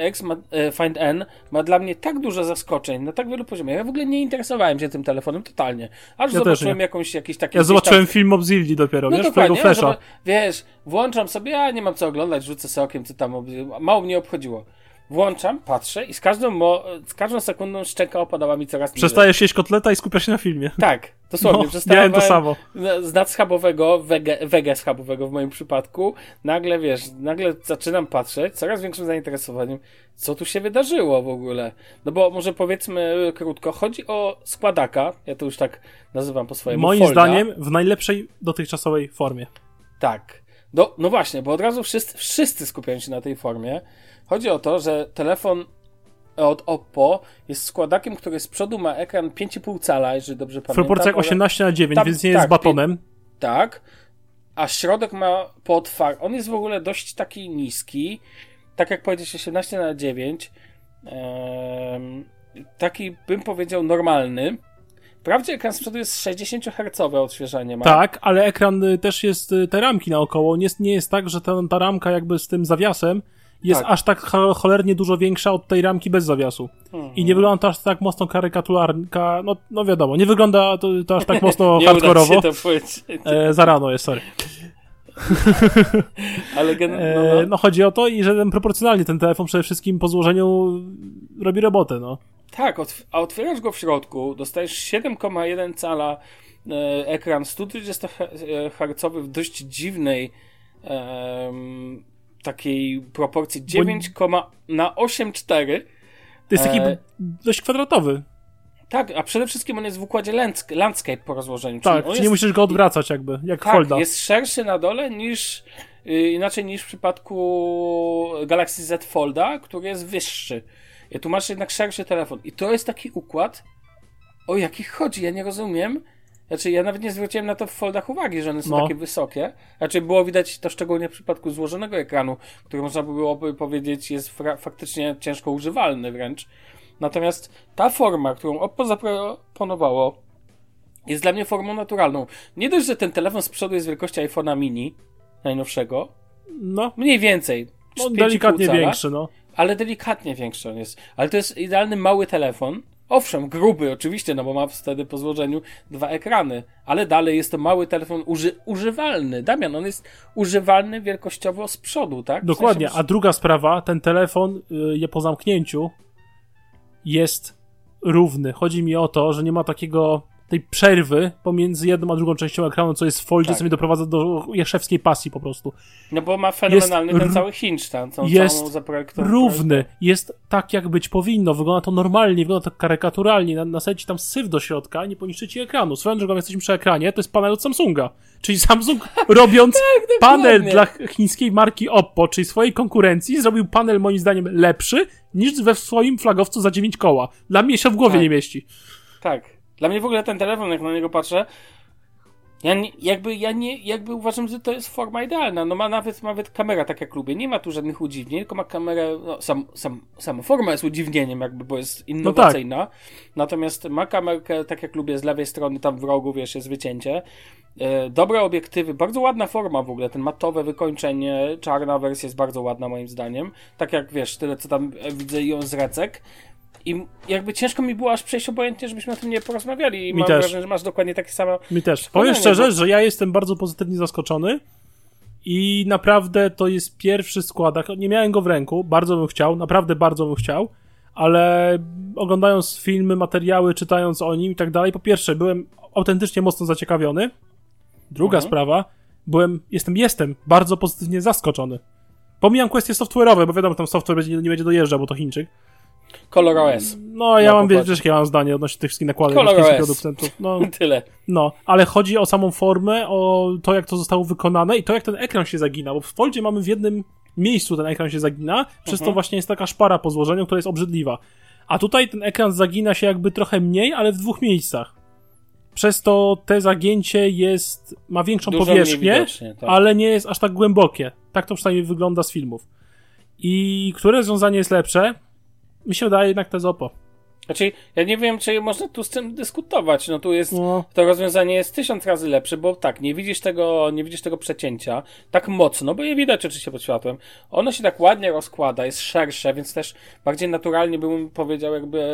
Find N ma dla mnie tak dużo zaskoczeń na tak wielu poziomach. Ja w ogóle nie interesowałem się tym telefonem totalnie. Aż zobaczyłem jakiś taki... Ja zobaczyłem film Mozilli dopiero, wiesz, twojego Flasha. Wiesz, włączam sobie, ja nie mam co oglądać, rzucę sobie okiem, co tam... Mało mnie obchodziło. Włączam, patrzę i z każdą sekundą szczęka opadała mi coraz mniej. Przestajesz jeść kotleta i skupiasz się na filmie. Tak, dosłownie. Miałem to samo. Z nadschabowego, wege schabowego w moim przypadku, nagle zaczynam patrzeć, coraz większym zainteresowaniem, co tu się wydarzyło w ogóle. No bo może powiedzmy krótko, chodzi o składaka, ja to już tak nazywam po swojemu, moim zdaniem w najlepszej dotychczasowej formie. Tak. No właśnie, bo od razu wszyscy skupiają się na tej formie. Chodzi o to, że telefon od Oppo jest składakiem, który z przodu ma ekran 5,5 cala, jeżeli dobrze pamiętam. W proporcjach 18:9, więc nie jest batonem. Tak, a środek ma on jest w ogóle dość taki niski, tak jak powiedzieć 18:9, taki bym powiedział normalny. Wprawdzie ekran z przodu jest 60 Hz odświeżanie ma. Tak, ale ekran też jest, te ramki naokoło, nie jest tak, że ta ramka jakby z tym zawiasem jest aż tak cholernie dużo większa od tej ramki bez zawiasu. I nie wygląda to aż tak mocno karykaturalnie, no wiadomo, nie wygląda to aż tak mocno hardkorowo. Za rano jest, sorry. Ale no chodzi o to, i że proporcjonalnie ten telefon przede wszystkim po złożeniu robi robotę, no. Tak, a otwierasz go w środku, dostajesz 7,1 cala ekran 120 Hz w dość dziwnej takiej proporcji 9,8:4. To jest taki dość kwadratowy. Tak, a przede wszystkim on jest w układzie landscape po rozłożeniu. Tak, czyli nie musisz go odwracać jakby, jak folda. Jest szerszy na dole inaczej niż w przypadku Galaxy Z Folda, który jest wyższy. I tu masz jednak szerszy telefon. I to jest taki układ, o jaki chodzi, ja nie rozumiem. Znaczy, ja nawet nie zwróciłem na to w Foldach uwagi, że one są takie wysokie. Znaczy, było widać to szczególnie w przypadku złożonego ekranu, który można by było powiedzieć jest faktycznie ciężko używalny wręcz. Natomiast ta forma, którą Oppo zaproponowało, jest dla mnie formą naturalną. Nie dość, że ten telefon z przodu jest wielkości iPhone'a mini, najnowszego. No. Mniej więcej. No, delikatnie większy, no. Ale delikatnie większy on jest. Ale to jest idealny mały telefon. Owszem, gruby oczywiście, no bo ma wtedy po złożeniu 2 ekrany, ale dalej jest to mały telefon używalny. Damian, on jest używalny wielkościowo z przodu, tak? Dokładnie, a druga sprawa, ten telefon po zamknięciu jest równy. Chodzi mi o to, że nie ma tej przerwy pomiędzy jedną a drugą częścią ekranu, co jest w foldzie, co mnie doprowadza do jeszewskiej pasji po prostu. No bo ma fenomenalny ten cały hinge tam, jest równy, jest tak jak być powinno, wygląda to normalnie, wygląda to karykaturalnie, nasadzi tam syf do środka, nie poniszczycie ekranu. Swoją drogą, jak jesteśmy przy ekranie, to jest panel od Samsunga. Czyli Samsung robiąc panel dla chińskiej marki Oppo, czyli swojej konkurencji, zrobił panel moim zdaniem lepszy niż we swoim flagowcu za 9 koła. Dla mnie się w głowie nie mieści. Tak. Dla mnie w ogóle ten telefon, jak na niego patrzę, Jakby uważam, że to jest forma idealna. No ma nawet kamera tak jak lubię. Nie ma tu żadnych udziwnień, tylko ma kamerę, no sama forma jest udziwnieniem jakby, bo jest innowacyjna. No tak. Natomiast ma kamerkę tak jak lubię, z lewej strony tam w rogu, wiesz, jest wycięcie. Dobre obiektywy, bardzo ładna forma w ogóle, ten matowe wykończenie, czarna wersja jest bardzo ładna moim zdaniem. Tak jak wiesz, tyle co tam widzę ją z recek. I jakby ciężko mi było aż przejść obojętnie, żebyśmy o tym nie porozmawiali. I mam wrażenie, że masz dokładnie takie samo... Mi też. Powiem szczerze, że ja jestem bardzo pozytywnie zaskoczony i naprawdę to jest pierwszy składak. Nie miałem go w ręku, bardzo bym chciał, naprawdę bardzo bym chciał, ale oglądając filmy, materiały, czytając o nim i tak dalej, po pierwsze byłem autentycznie mocno zaciekawiony. Druga sprawa, jestem bardzo pozytywnie zaskoczony. Pomijam kwestie software'owe, bo wiadomo, tam software nie będzie dojeżdżał, bo to Chińczyk. ColorOS. No, ja mam, wiesz, jakie mam zdanie odnośnie tych nakładek. ColorOS. No, tyle. No, ale chodzi o samą formę, o to, jak to zostało wykonane i to, jak ten ekran się zagina, bo w Foldzie mamy w jednym miejscu ten ekran się zagina, przez to właśnie jest taka szpara po złożeniu, która jest obrzydliwa. A tutaj ten ekran zagina się jakby trochę mniej, ale w dwóch miejscach. Przez to te zagięcie ma większą powierzchnię, tak. Ale nie jest aż tak głębokie. Tak to przynajmniej wygląda z filmów. I które rozwiązanie jest lepsze? Mi się wydaje jednak te Oppo. Znaczy, ja nie wiem, czy można tu z tym dyskutować. No tu jest, to rozwiązanie jest 1000 razy lepsze, bo tak, nie widzisz tego przecięcia tak mocno, bo je widać oczywiście pod światłem. Ono się tak ładnie rozkłada, jest szersze, więc też bardziej naturalnie bym powiedział, jakby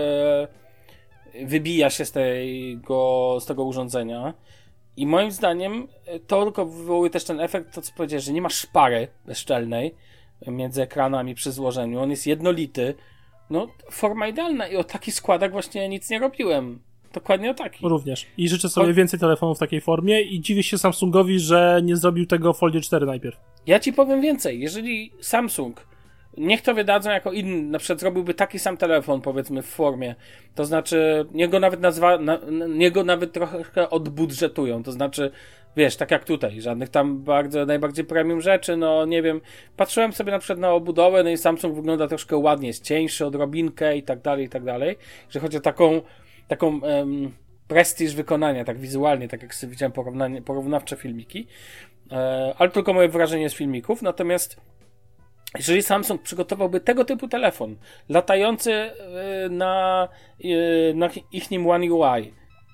wybija się z tego urządzenia. I moim zdaniem to tylko wywołuje też ten efekt, to co powiedziałeś, że nie ma szpary bezczelnej między ekranami przy złożeniu. On jest jednolity. No, forma idealna i o taki składak właśnie nic nie robiłem. Dokładnie o taki. Również. I życzę sobie więcej telefonów w takiej formie i dziwię się Samsungowi, że nie zrobił tego w Foldzie 4 najpierw. Ja ci powiem więcej. Jeżeli Samsung, niech to wydadzą jako inny, na przykład zrobiłby taki sam telefon, powiedzmy, w formie, to znaczy, niech go nawet trochę odbudżetują, to znaczy, wiesz, tak jak tutaj, żadnych tam najbardziej premium rzeczy, no nie wiem, patrzyłem sobie na przykład na obudowę, no i Samsung wygląda troszkę ładnie, jest cieńszy odrobinkę i tak dalej, że chodzi o taką prestiż wykonania, tak wizualnie, tak jak sobie widziałem porównawcze filmiki, ale tylko moje wrażenie z filmików, natomiast jeżeli Samsung przygotowałby tego typu telefon, latający na ich One UI,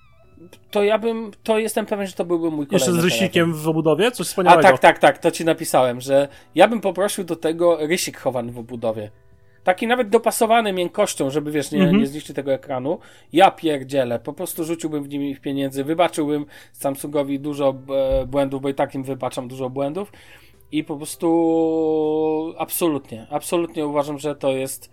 to jestem pewien, że to byłby mój kolejny Jeszcze z rysikiem telefon. w obudowie? Coś wspaniałego. Tak, to ci napisałem, że ja bym poprosił do tego rysik chowany w obudowie. Taki nawet dopasowany miękkością, żeby wiesz, nie zniszczyć tego ekranu. Ja pierdzielę, po prostu rzuciłbym w nim pieniędzy, wybaczyłbym Samsungowi dużo błędów, bo i tak im wybaczam dużo błędów. I po prostu absolutnie uważam, że to jest...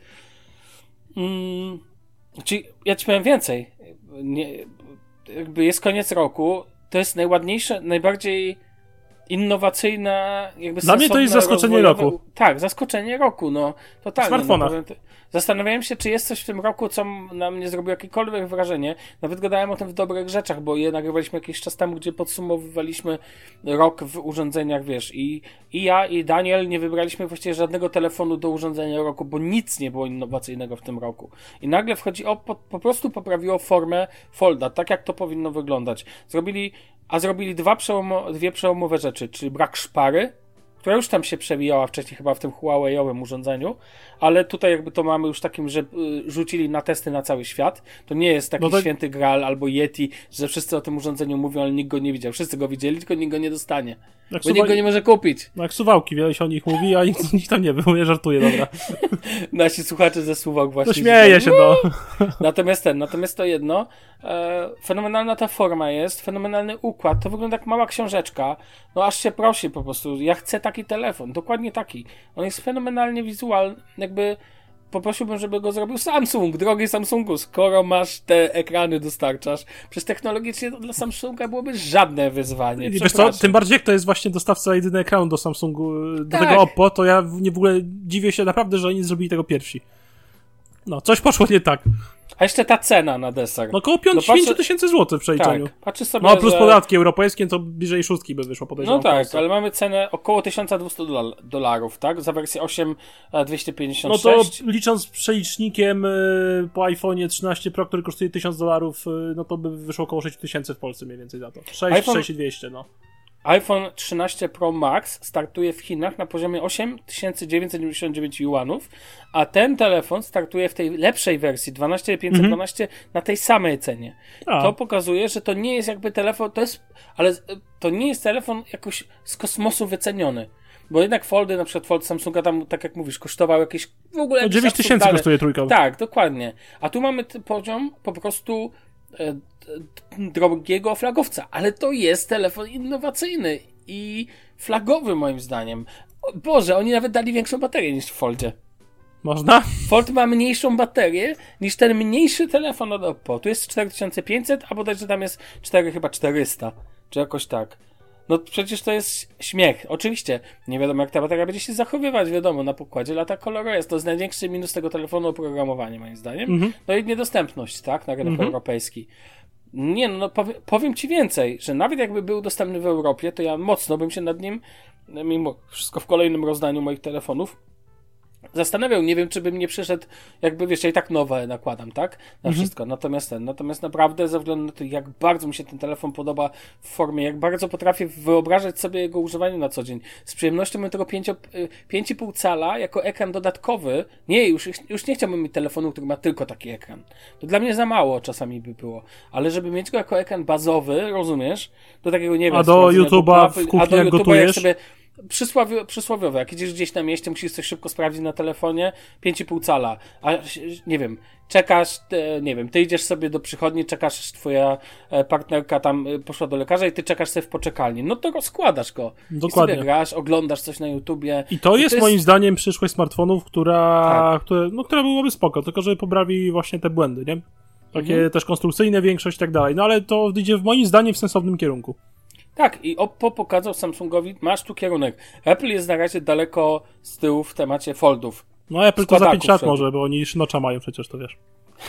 Czyli ja ci powiem więcej. Jakby jest koniec roku, to jest najładniejsze, najbardziej innowacyjna, jakby dla mnie to jest zaskoczenie roku. Tak, zaskoczenie roku, no totalnie. W smartfonach. Zastanawiałem się, czy jest coś w tym roku, co na mnie zrobiło jakiekolwiek wrażenie. Nawet gadałem o tym w dobrych rzeczach, bo je nagrywaliśmy jakiś czas temu, gdzie podsumowywaliśmy rok w urządzeniach, wiesz, i ja, i Daniel nie wybraliśmy właściwie żadnego telefonu do urządzenia roku, bo nic nie było innowacyjnego w tym roku. I nagle wchodzi, po prostu poprawiło formę Folda, tak jak to powinno wyglądać. Zrobili dwie przełomowe rzeczy, czyli brak szpary, która już tam się przewijała wcześniej chyba w tym Huawei'owym urządzeniu, ale tutaj jakby to mamy już takim, że rzucili na testy na cały świat. To nie jest taki święty Graal albo Yeti, że wszyscy o tym urządzeniu mówią, ale nikt go nie widział. Wszyscy go widzieli, tylko nikt go nie dostanie. Bo nikt go nie może kupić. No jak Suwałki, wiele się o nich mówi, a nikt tam nie był, ja żartuję, dobra. Nasi słuchacze ze Suwałk właśnie. To śmieje się, no. Natomiast to jedno, fenomenalna ta forma jest, fenomenalny układ, to wygląda jak mała książeczka, no aż się prosi po prostu, ja chcę taki telefon, dokładnie taki. On jest fenomenalnie wizualny, jakby poprosiłbym, żeby go zrobił Samsung, drogi Samsungu, skoro masz te ekrany, dostarczasz. Przecież technologicznie to dla Samsunga byłoby żadne wyzwanie. Wiesz co, tym bardziej jak to jest właśnie dostawca jedyny ekranu do Samsungu, do tego Oppo, to ja w ogóle dziwię się naprawdę, że oni zrobili tego pierwsi. No, coś poszło nie tak. A jeszcze ta cena na deser. No około 5 tysięcy złotych w przeliczeniu. Tak, patrzę sobie, no plus że... podatki europejskie, to bliżej 6 by wyszło, podejrzewam. No tak, ale mamy cenę około $1200, tak? Za wersję 8 256. No to licząc z przelicznikiem po iPhone'ie 13 Pro, który kosztuje $1000, no to by wyszło około 6000 w Polsce mniej więcej za to. 6200, no. iPhone 13 Pro Max startuje w Chinach na poziomie 8999 juanów, a ten telefon startuje w tej lepszej wersji 12512 na tej samej cenie. To pokazuje, że to nie jest jakby telefon, ale to nie jest telefon jakoś z kosmosu wyceniony. Bo jednak foldy, na przykład fold Samsunga tam, tak jak mówisz, kosztował jakieś w ogóle... No 9000 kosztuje trójka. Tak, dokładnie. A tu mamy poziom po prostu drogiego flagowca, ale to jest telefon innowacyjny i flagowy moim zdaniem. Boże, oni nawet dali większą baterię niż w Foldzie. Można? Fold ma mniejszą baterię niż ten mniejszy telefon od Oppo. Tu jest 4500, a bodajże tam jest chyba 400, czy jakoś tak. No przecież to jest śmiech. Oczywiście, nie wiadomo jak ta bateria będzie się zachowywać, wiadomo, na pokładzie lata ColorOS. To jest największy minus tego telefonu, oprogramowanie moim zdaniem. No i niedostępność, tak, na rynek europejski. Nie, no powiem ci więcej, że nawet jakby był dostępny w Europie, to ja mocno bym się nad nim, mimo wszystko w kolejnym rozdaniu moich telefonów, zastanawiał, nie wiem, czy bym nie przyszedł, jakby wiesz, ja i tak nowe nakładam, tak? Na wszystko. Natomiast naprawdę ze względu na to, jak bardzo mi się ten telefon podoba w formie, jak bardzo potrafię wyobrażać sobie jego używanie na co dzień. Z przyjemnością bym tego 5,5 cala jako ekran dodatkowy. Nie, już nie chciałbym mieć telefonu, który ma tylko taki ekran. To dla mnie za mało czasami by było. Ale żeby mieć go jako ekran bazowy, rozumiesz? Do takiego, nie wiem... A do YouTube'a w kuchni jak gotujesz? Przysłowiowe, jak idziesz gdzieś na mieście, musisz coś szybko sprawdzić na telefonie, 5,5 cala, a nie wiem, czekasz, nie wiem, ty idziesz sobie do przychodni, czekasz, aż twoja partnerka tam poszła do lekarza i ty czekasz sobie w poczekalni, no to rozkładasz go. Dokładnie. I sobie grasz, oglądasz coś na YouTubie. I to jest moim zdaniem przyszłość smartfonów, która byłaby spoko, tylko żeby poprawi właśnie te błędy, nie? Takie też konstrukcyjne większość i tak dalej, no ale to idzie moim zdaniem w sensownym kierunku. Tak, i Oppo pokazał Samsungowi, masz tu kierunek. Apple jest na razie daleko z tyłu w temacie foldów. No Apple to za 5 lat może, bo oni już nocza mają przecież, to wiesz.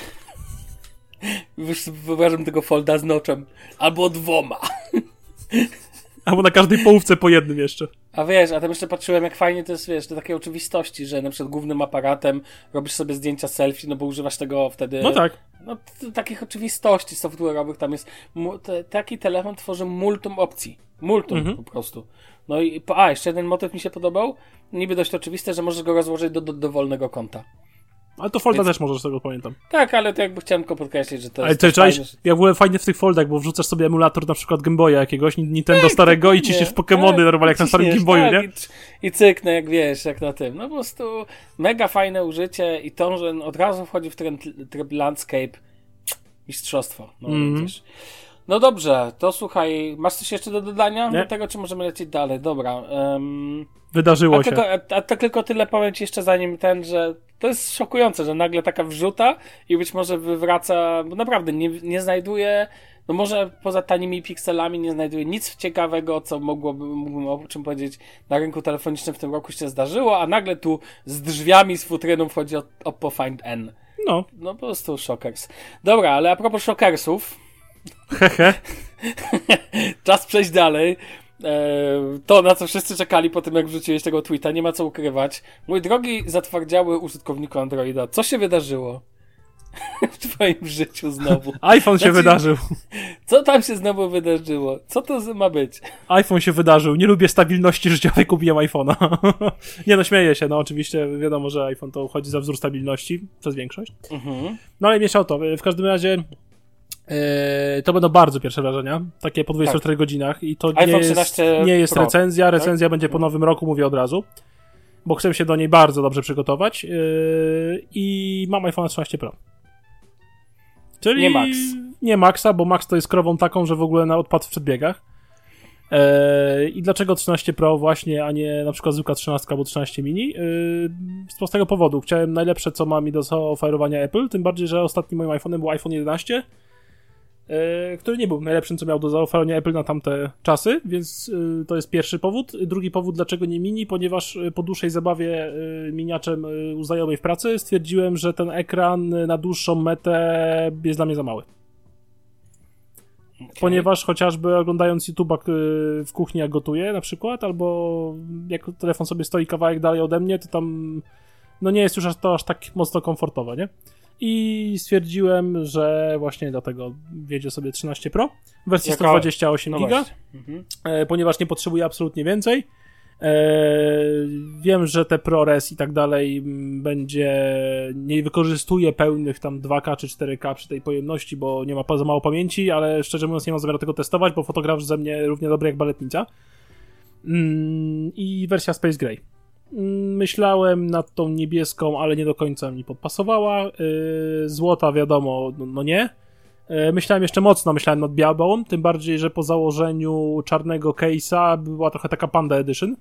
Już wyobrażam tego folda z noczem. Albo 2. Albo na każdej połówce po jednym jeszcze. A wiesz, a tam jeszcze patrzyłem, jak fajnie to jest, wiesz, do takiej oczywistości, że na przykład głównym aparatem robisz sobie zdjęcia selfie, no bo używasz tego wtedy... No tak. No takich oczywistości software'owych tam jest. Taki telefon tworzy multum opcji. Multum po prostu. No i jeszcze jeden motyw mi się podobał. Niby dość oczywiste, że możesz go rozłożyć do dowolnego konta. Ale to folda też możesz, z tego pamiętam. Tak, ale to jakby chciałem tylko podkreślić, że to jest... Ale jak było fajnie w tych foldach, bo wrzucasz sobie emulator na przykład Game Boya jakiegoś, Nintendo starego i ciśniesz Pokemony normalnie jak na starym Game Boyu, nie? I cyknę, jak wiesz, jak na tym. No po prostu mega fajne użycie i to, że od razu wchodzi w tryb landscape, mistrzostwo. No widzisz. No dobrze, to słuchaj, masz coś jeszcze do dodania do tego, czy możemy lecieć dalej? Dobra. Wydarzyło się. A to tylko tyle powiem ci jeszcze zanim że to jest szokujące, że nagle taka wrzuta i być może wywraca, bo naprawdę nie znajduje, no może poza tanimi pikselami nie znajduje nic ciekawego, co mógłbym o czym powiedzieć na rynku telefonicznym w tym roku się zdarzyło, a nagle tu z drzwiami, z futryną wchodzi Oppo Find N. No po prostu szokers. Dobra, ale a propos szokersów, czas przejść dalej. To, na co wszyscy czekali po tym, jak wrzuciłeś tego tweeta, nie ma co ukrywać. Mój drogi, zatwardziały użytkowniku Androida, co się wydarzyło w twoim życiu znowu? iPhone się wydarzył. Co tam się znowu wydarzyło? Co to ma być? iPhone się wydarzył. Nie lubię stabilności życiowej, kupiłem iPhone'a. Nie no, śmieję się. No oczywiście wiadomo, że iPhone to uchodzi za wzór stabilności przez większość. No ale mniejsza o to. W każdym razie to będą bardzo pierwsze wrażenia, takie po 24 godzinach i to nie jest Pro, recenzja. Recenzja będzie po nowym roku, mówię od razu, bo chcę się do niej bardzo dobrze przygotować i mam iPhone 13 Pro. Czyli nie Max. Nie Maxa, bo Max to jest krową taką, że w ogóle odpadł w przedbiegach. I dlaczego 13 Pro właśnie, a nie na przykład zwykła 13 albo 13 mini? Z prostego powodu. Chciałem najlepsze, co ma mi do zaoferowania Apple, tym bardziej, że ostatnim moim iPhone'em był iPhone 11 który nie był najlepszym, co miał do zaoferowania Apple na tamte czasy, więc to jest pierwszy powód. Drugi powód, dlaczego nie mini, ponieważ po dłuższej zabawie miniaczem u znajomej w pracy stwierdziłem, że ten ekran na dłuższą metę jest dla mnie za mały. Okay. Ponieważ chociażby oglądając YouTube'a w kuchni jak gotuję na przykład, albo jak telefon sobie stoi kawałek dalej ode mnie, to tam no nie jest już aż tak mocno komfortowe, nie? I stwierdziłem, że właśnie dlatego wiedzie sobie 13 Pro w wersji 128 GB, ponieważ nie potrzebuję absolutnie więcej. Wiem, że te ProRes i tak dalej nie wykorzystuje pełnych tam 2K czy 4K przy tej pojemności, bo nie ma za mało pamięci, ale szczerze mówiąc nie mam zamiaru tego testować, bo fotograf ze mnie równie dobry jak baletnica. I wersja Space Gray. Myślałem nad tą niebieską, ale nie do końca mi podpasowała. Złota wiadomo, no nie. Myślałem jeszcze mocno, nad białą, tym bardziej, że po założeniu czarnego case'a była trochę taka Panda Edition.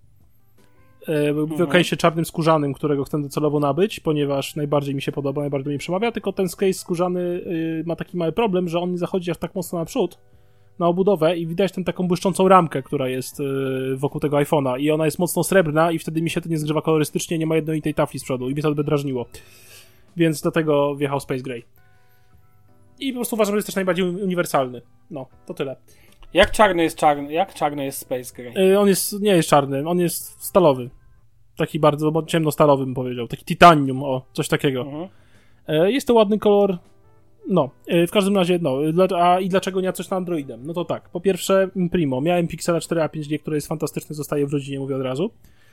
W case'ie czarnym skórzanym, którego chcę docelowo nabyć, ponieważ najbardziej mi się podoba, najbardziej mi przemawia, tylko ten case skórzany ma taki mały problem, że on nie zachodzi aż tak mocno naprzód na obudowę i widać tę taką błyszczącą ramkę, która jest wokół tego iPhone'a i ona jest mocno srebrna i wtedy mi się to nie zgrzewa kolorystycznie, nie ma jednolitej tafli z przodu i mnie to by drażniło. Więc dlatego wjechał Space Gray. I po prostu uważam, że jest też najbardziej uniwersalny. No, to tyle. Jak czarny jest Space Gray? On nie jest czarny, on jest stalowy. Taki bardzo ciemno-stalowy bym powiedział. Taki titanium, coś takiego. Jest to ładny kolor. No, w każdym razie, no. I dlaczego nie coś na Androidem? No to tak, po pierwsze, primo. Miałem Pixela 4a 5G, który jest fantastyczny, zostaje w rodzinie, mówię od razu.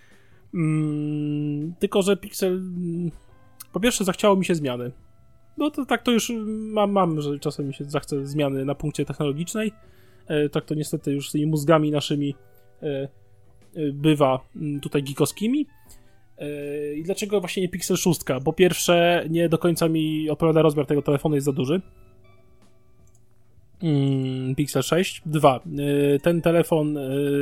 Tylko, że Pixel... Po pierwsze, zachciało mi się zmiany. No to tak to już mam, że czasem mi się zachce zmiany na punkcie technologicznej. Tak to niestety już z tymi mózgami naszymi bywa tutaj geekowskimi. I dlaczego właśnie nie Pixel 6? Po pierwsze, nie do końca mi odpowiada rozmiar tego telefonu, jest za duży. Pixel 6. 2. Ten telefon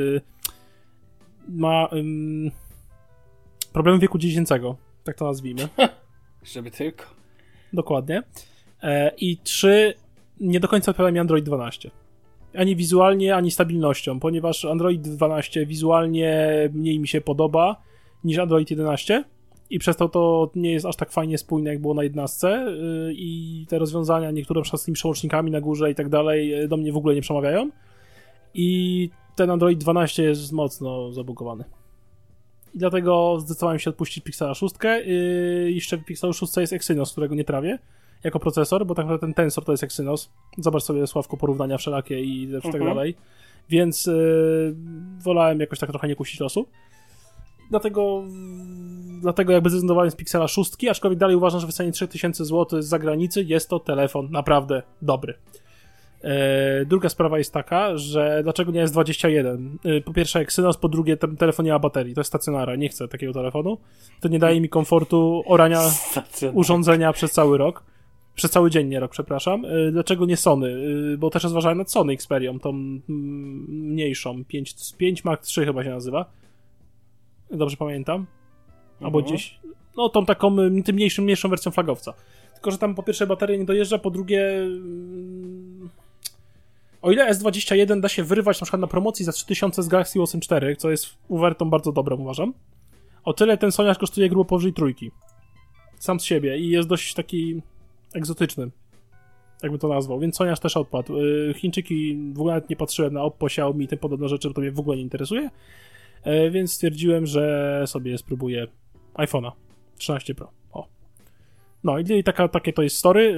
ma problem wieku dziecięcego, tak to nazwijmy. Żeby tylko. Dokładnie. I 3. Nie do końca odpowiada mi Android 12. Ani wizualnie, ani stabilnością, ponieważ Android 12 wizualnie mniej mi się podoba niż Android 11 i przez to nie jest aż tak fajnie spójne, jak było na 11 i te rozwiązania, niektóre na przykład z tymi przełącznikami na górze i tak dalej, do mnie w ogóle nie przemawiają i ten Android 12 jest mocno zabugowany. I dlatego zdecydowałem się odpuścić Pixela 6. Jeszcze w Pixelu 6 jest Exynos, którego nie trawię jako procesor, bo tak naprawdę ten Tensor to jest Exynos. Zobacz sobie, Sławku, porównania wszelakie i tak dalej. Więc wolałem jakoś tak trochę nie kusić losu. Dlatego jakby zrezygnowałem z Pixela 6, aczkolwiek dalej uważam, że w cenie 3000 zł z zagranicy jest to telefon naprawdę dobry. Druga sprawa jest taka, że dlaczego nie S21? Po pierwsze Exynos, po drugie ten telefon nie ma baterii, to jest stacjonara, nie chcę takiego telefonu. To nie daje mi komfortu orania urządzenia przez cały rok. Przez cały dzień, nie rok, przepraszam. Dlaczego nie Sony? Bo też rozważałem nad Sony Xperią, tą mniejszą, 5 Mark III chyba się nazywa. Dobrze pamiętam? Albo gdzieś... No tą taką, tym mniejszą wersją flagowca. Tylko, że tam po pierwsze bateria nie dojeżdża, po drugie... O ile S21 da się wyrwać na przykład na promocji za 3000 z Galaxy Watch 4, co jest ofertą bardzo dobrą, uważam, o tyle ten Soniarz kosztuje grubo powyżej 3. Sam z siebie i jest dość taki egzotyczny, jakby to nazwał, więc Soniarz też odpadł. Chińczyki, w ogóle nawet nie patrzyłem na Oppo, Xiaomi i tym podobne rzeczy, bo to mnie w ogóle nie interesuje, więc stwierdziłem, że sobie spróbuję iPhone'a 13 Pro. O. No i takie to jest story.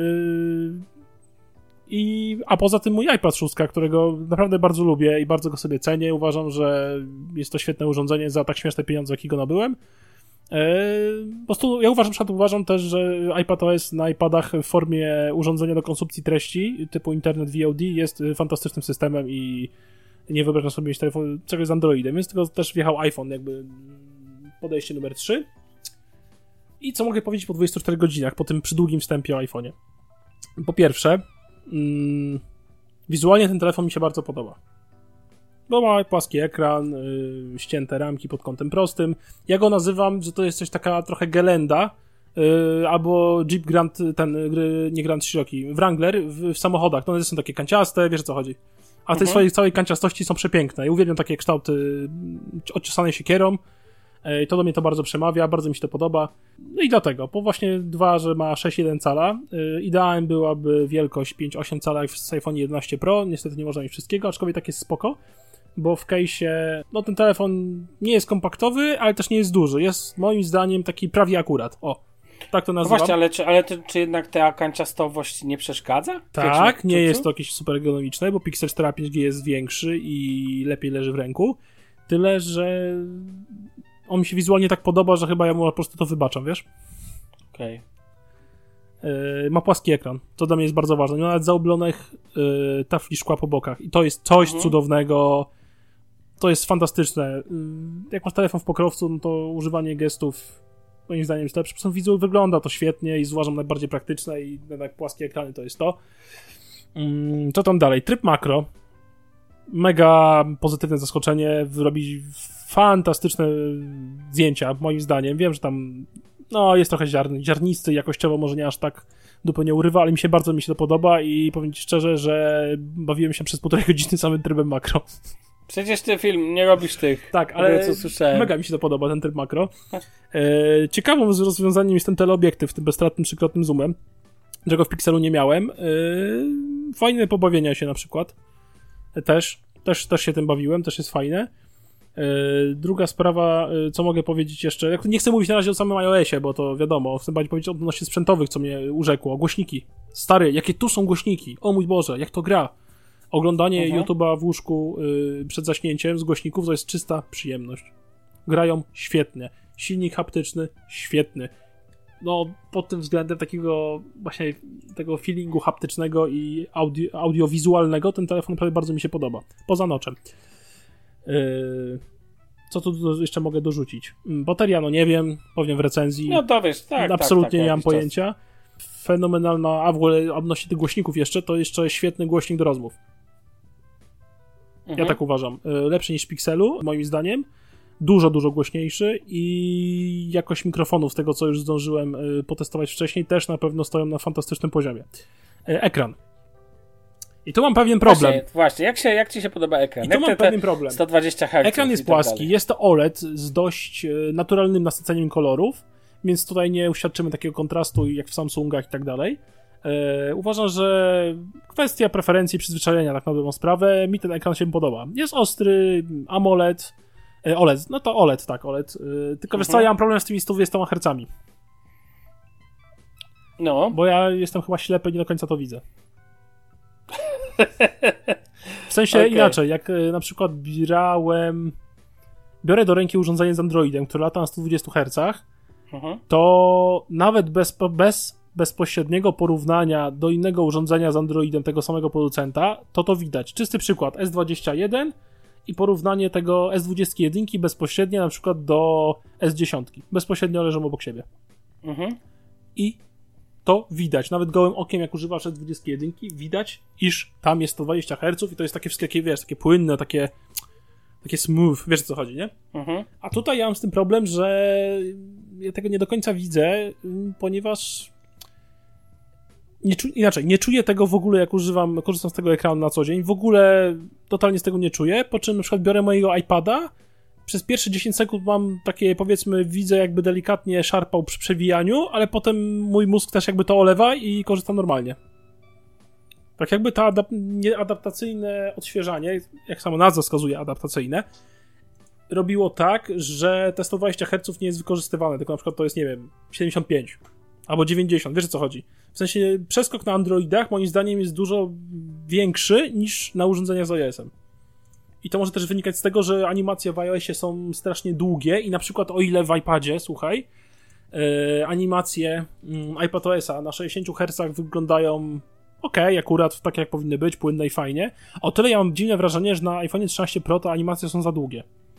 A poza tym mój iPad 6, którego naprawdę bardzo lubię i bardzo go sobie cenię. Uważam, że jest to świetne urządzenie za tak śmieszne pieniądze, jakie go nabyłem. Po prostu ja uważam też, że iPadOS na iPadach w formie urządzenia do konsumpcji treści typu internet VOD jest fantastycznym systemem i nie wyobrażam sobie mieć telefon czegoś z Androidem, więc tylko też wjechał iPhone, jakby podejście numer 3. I co mogę powiedzieć po 24 godzinach, po tym przydługim wstępie o iPhone'ie? Po pierwsze, wizualnie ten telefon mi się bardzo podoba. Bo ma płaski ekran, ścięte ramki pod kątem prostym. Ja go nazywam, że to jest coś taka trochę gelenda albo Jeep Grand, nie Grand Cherokee, Wrangler w samochodach. No one są takie kanciaste, wiesz o co chodzi. A w tej swojej całej kanciastości są przepiękne. I uwielbiam takie kształty odczesanej siekierą. I to do mnie to bardzo przemawia, bardzo mi się to podoba. No i dlatego, bo właśnie że ma 6,1 cala. Ideałem byłaby wielkość 5,8 cala jak w iPhone 11 Pro. Niestety nie można mieć wszystkiego, aczkolwiek tak jest spoko. Bo w case'ie, no ten telefon nie jest kompaktowy, ale też nie jest duży. Jest moim zdaniem taki prawie akurat. O, tak to nazywam. No właśnie, ale czy jednak ta kanciastowość nie przeszkadza? Tak, nie jest to jakieś super ergonomiczne, bo Pixel 4a 5G jest większy i lepiej leży w ręku. Tyle, że on mi się wizualnie tak podoba, że chyba ja mu po prostu to wybaczam, wiesz? Okej. Ma płaski ekran. To dla mnie jest bardzo ważne. Nie ma nawet zaoblonych tafli szkła po bokach. I to jest coś cudownego. To jest fantastyczne. Jak masz telefon w pokrowcu, no to używanie gestów moim zdaniem jest lepsze. Wizualnie wygląda to świetnie i uważam najbardziej praktyczne i jednak płaskie ekrany to jest to. Co tam dalej? Tryb makro. Mega pozytywne zaskoczenie. Robi fantastyczne zdjęcia, moim zdaniem. Wiem, że tam jest trochę ziarnisty, jakościowo może nie aż tak dupy nie urywa, ale bardzo mi się to podoba i powiem ci szczerze, że bawiłem się przez 1,5 godziny samym trybem makro. Przecież ty film nie robisz tych. Tak, ale co słyszałem. Mega mi się to podoba, ten tryb makro. Ciekawą rozwiązaniem jest ten teleobiektyw, tym bezstratnym trzykrotnym zoomem, czego w Pixelu nie miałem. Fajne pobawienia się na przykład. Też się tym bawiłem, też jest fajne. Druga sprawa, co mogę powiedzieć jeszcze, nie chcę mówić na razie o samym iOSie, bo to wiadomo, chcę bardziej powiedzieć o odnośnie sprzętowych, co mnie urzekło. Głośniki. Stary, jakie tu są głośniki? O mój Boże, jak to gra? Oglądanie YouTube'a w łóżku przed zaśnięciem z głośników to jest czysta przyjemność. Grają świetnie. Silnik haptyczny, świetny. No, pod tym względem takiego właśnie tego feelingu haptycznego i audiowizualnego ten telefon naprawdę bardzo mi się podoba. Poza noczem. Co tu jeszcze mogę dorzucić? Bateria, no nie wiem, powiem w recenzji. No to wiesz, tak. Absolutnie nie mam pojęcia. Fenomenalna, a w ogóle odnośnie tych głośników to jeszcze świetny głośnik do rozmów. Ja tak uważam. Lepszy niż w Pixelu, moim zdaniem. Dużo głośniejszy i jakość mikrofonów, z tego co już zdążyłem potestować wcześniej, też na pewno stoją na fantastycznym poziomie. Ekran. I tu mam pewien problem. Właśnie. Jak ci się podoba ekran? I tu mam pewien problem. 120 Hz. Ekran jest płaski, jest to OLED z dość naturalnym nasyceniem kolorów, więc tutaj nie uświadczymy takiego kontrastu jak w Samsungach i tak dalej. Uważam, że kwestia preferencji, przyzwyczajenia, tak na dobrą sprawę, mi ten ekran się podoba. Jest ostry, AMOLED, OLED, no to OLED, tak, OLED. Tylko wiesz co, ja mam problem z tymi 120 Hz. No. Bo ja jestem chyba ślepy i nie do końca to widzę. W sensie inaczej, jak na przykład biorę do ręki urządzenie z Androidem, które lata na 120 Hz, to nawet bez bezpośredniego porównania do innego urządzenia z Androidem tego samego producenta, to widać. Czysty przykład S21 i porównanie tego S21 bezpośrednio na przykład do S10. Bezpośrednio leżą obok siebie. I to widać. Nawet gołym okiem, jak używasz S21, widać, iż tam jest 120 Hz i to jest takie wszystkie, wiesz, takie płynne, takie smooth. Wiesz, o co chodzi, nie? A tutaj ja mam z tym problem, że ja tego nie do końca widzę, ponieważ nie czuję tego w ogóle, jak korzystam z tego ekranu na co dzień. W ogóle totalnie z tego nie czuję, po czym na przykład biorę mojego iPada, przez pierwsze 10 sekund mam takie, powiedzmy, widzę jakby delikatnie szarpał przy przewijaniu, ale potem mój mózg też jakby to olewa i korzystam normalnie. Tak jakby to adaptacyjne odświeżanie, jak sama nazwa wskazuje, adaptacyjne, robiło tak, że te 120 Hz nie jest wykorzystywane, tylko na przykład to jest, nie wiem, 75 albo 90, wiesz o co chodzi. W sensie przeskok na Androidach moim zdaniem jest dużo większy niż na urządzeniach z iOS-em. I to może też wynikać z tego, że animacje w iOSie są strasznie długie i na przykład o ile w iPadzie, słuchaj, animacje iPadOS-a na 60 Hz wyglądają akurat tak jak powinny być, płynne i fajnie, o tyle ja mam dziwne wrażenie, że na iPhone 13 Pro te animacje są za długie.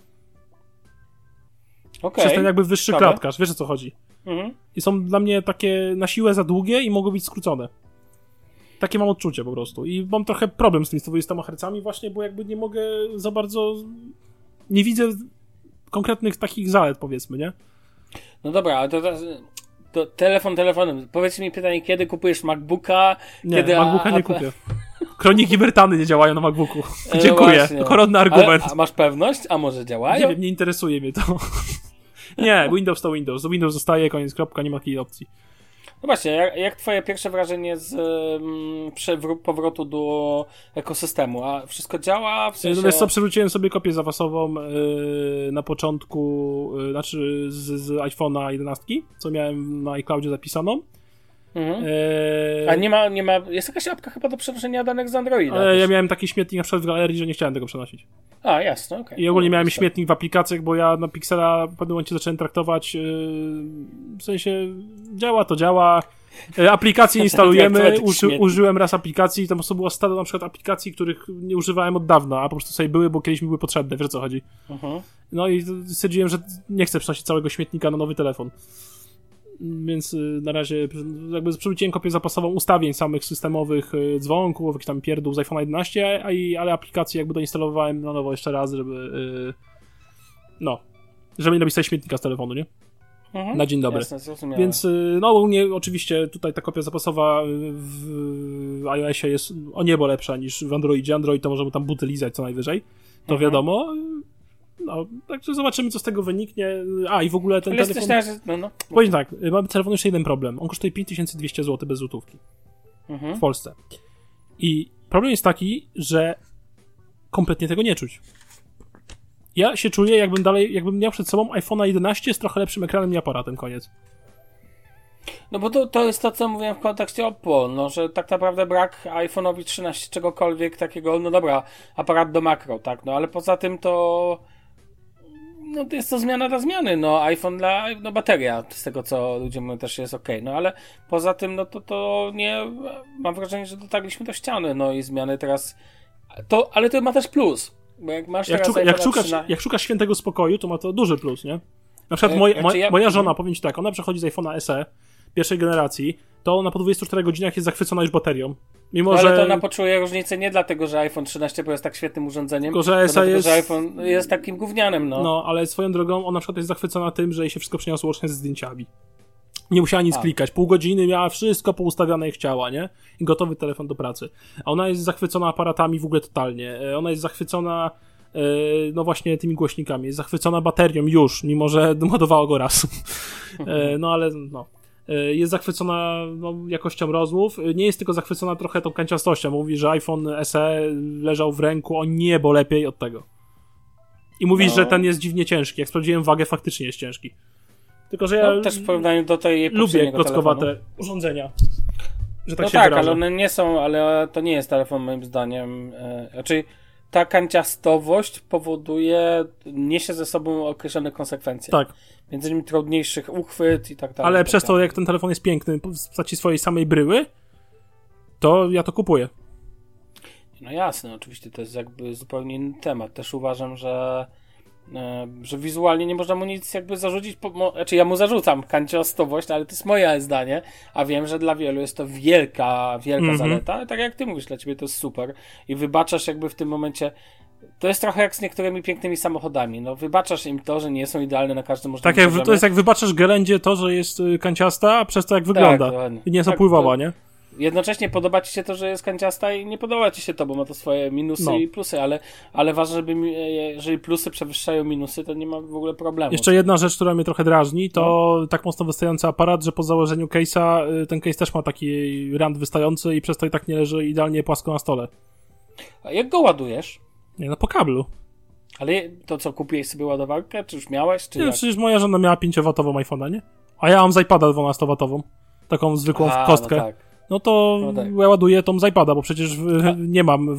Przez ten jakby wyższy klatkarz, wiesz o co chodzi. I są dla mnie takie na siłę za długie i mogą być skrócone. Takie mam odczucie po prostu. I mam trochę problem z tymi 120 Hz właśnie, bo jakby nie mogę za bardzo... Nie widzę konkretnych takich zalet, powiedzmy, nie? No dobra, ale to To telefonem. Powiedz mi pytanie, kiedy kupujesz MacBooka? Nie, kiedy MacBooka nie kupię. Kroniki Vertany nie działają na MacBooku. Dziękuję. No Koronny argument. A masz pewność? A może działają? Nie wiem, nie interesuje mnie to. Nie, Windows to Windows. Windows zostaje, koniec, kropka, nie ma takiej opcji. No właśnie, jak twoje pierwsze wrażenie z powrotu do ekosystemu? A wszystko działa? W sensie... No wiesz co, przywróciłem sobie kopię zapasową na początku, znaczy z iPhone'a 11, co miałem na iCloudzie zapisaną. A nie ma, jest jakaś apka chyba do przenoszenia danych z Androida. Ale ja miałem taki śmietnik na przykład w galerii, że nie chciałem tego przenosić. A, jasne, okej. I ogólnie miałem śmietnik w aplikacjach, bo ja na Pixela w pewnym momencie zacząłem traktować, w sensie działa. Aplikacje instalujemy, użyłem raz aplikacji i tam było stado na przykład aplikacji, których nie używałem od dawna, a po prostu sobie były, bo kiedyś mi były potrzebne, wiesz o co chodzi. No i stwierdziłem, że nie chcę przenosić całego śmietnika na nowy telefon. Więc na razie jakby przywróciłem kopię zapasową ustawień samych systemowych dzwonków, jakichś tam pierdół z iPhone'a 11, ale aplikacje jakby doinstalowałem na nowo jeszcze raz, żeby nie robić sobie śmietnika z telefonu, nie? Na dzień dobry. Jasne, więc u mnie oczywiście tutaj ta kopia zapasowa w iOSie jest o niebo lepsza niż w Androidzie. Android to możemy tam buty lizać co najwyżej, to wiadomo. No, także zobaczymy, co z tego wyniknie. A, i w ogóle ten telefon... Powiem tak, mamy telefon jeszcze jeden problem. On kosztuje 5200 zł bez złotówki. W Polsce. I problem jest taki, że kompletnie tego nie czuć. Ja się czuję, jakbym miał przed sobą iPhone'a 11 z trochę lepszym ekranem i aparatem, koniec. No bo to jest to, co mówiłem w kontekście Oppo, no, że tak naprawdę brak iPhone'owi 13 czegokolwiek takiego, no dobra, aparat do makro, tak, no ale poza tym to to jest to zmiana dla zmiany, no iPhone bateria, z tego co ludzie mówią też jest okej, no ale poza tym, no to nie, mam wrażenie, że dotarliśmy do ściany, no i zmiany teraz, ale to ma też plus, bo jak masz jak szukasz świętego spokoju, to ma to duży plus, nie? Na przykład moja żona, powiem ci tak, ona przechodzi z iPhone'a SE pierwszej generacji, to ona po 24 godzinach jest zachwycona już baterią. Ale to ona poczuje różnicę nie dlatego, że iPhone 13 Pro jest tak świetnym urządzeniem, tylko że SE że iPhone jest takim gównianem, no. No, ale swoją drogą ona na przykład jest zachwycona tym, że jej się wszystko przeniosło łącznie ze zdjęciami. Nie musiała nic klikać. Pół godziny miała wszystko poustawiane jak chciała, nie? I gotowy telefon do pracy. A ona jest zachwycona aparatami w ogóle totalnie. Ona jest zachwycona no właśnie tymi głośnikami. Jest zachwycona baterią już, mimo że ładowała go raz. No ale no. Jest zachwycona jakością rozmów. Nie jest tylko zachwycona trochę tą kanciastością. Mówi, że iPhone SE leżał w ręku o niebo lepiej od tego. I mówisz, że ten jest dziwnie ciężki. Jak sprawdziłem wagę, faktycznie jest ciężki. Tylko, że ja też w porównaniu do tej lubię klockowate urządzenia. Że tak się tak, wyrażę. ale one nie są, ale to nie jest telefon moim zdaniem. Znaczy ta kanciastowość niesie ze sobą określone konsekwencje. Tak. Między innymi trudniejszych uchwyt i tak dalej. Ale przez to, jak ten telefon jest piękny w postaci swojej samej bryły, to ja to kupuję. No jasne, oczywiście to jest jakby zupełnie inny temat. Też uważam, że wizualnie nie można mu nic jakby zarzucić, znaczy ja mu zarzucam kanciastowość, ale to jest moje zdanie, a wiem, że dla wielu jest to wielka zaleta, ale tak jak ty mówisz, dla ciebie to jest super i wybaczasz jakby w tym momencie, to jest trochę jak z niektórymi pięknymi samochodami, no wybaczasz im to, że nie są idealne na każdym możliwym poziomie. To jest jak wybaczasz Gelendzie to, że jest kanciasta, a przez to jak wygląda i nie jest opływowa, nie? Jednocześnie podoba ci się to, że jest kanciasta i nie podoba ci się to, bo ma to swoje minusy i plusy, ale ważne, żeby jeżeli plusy przewyższają minusy, to nie ma w ogóle problemu. Jeszcze jedna rzecz, która mnie trochę drażni, to tak mocno wystający aparat, że po założeniu case'a, ten case też ma taki rand wystający i przez to i tak nie leży idealnie płasko na stole. A jak go ładujesz? Nie, no po kablu. Ale to co, kupiłeś sobie ładowarkę? Czy już miałeś? Czy nie, przecież moja żona miała 5W iPhone'a, nie? A ja mam z iPada 12W. Taką zwykłą kostkę. No tak. No to ja ładuję tą z iPada, bo przecież nie mam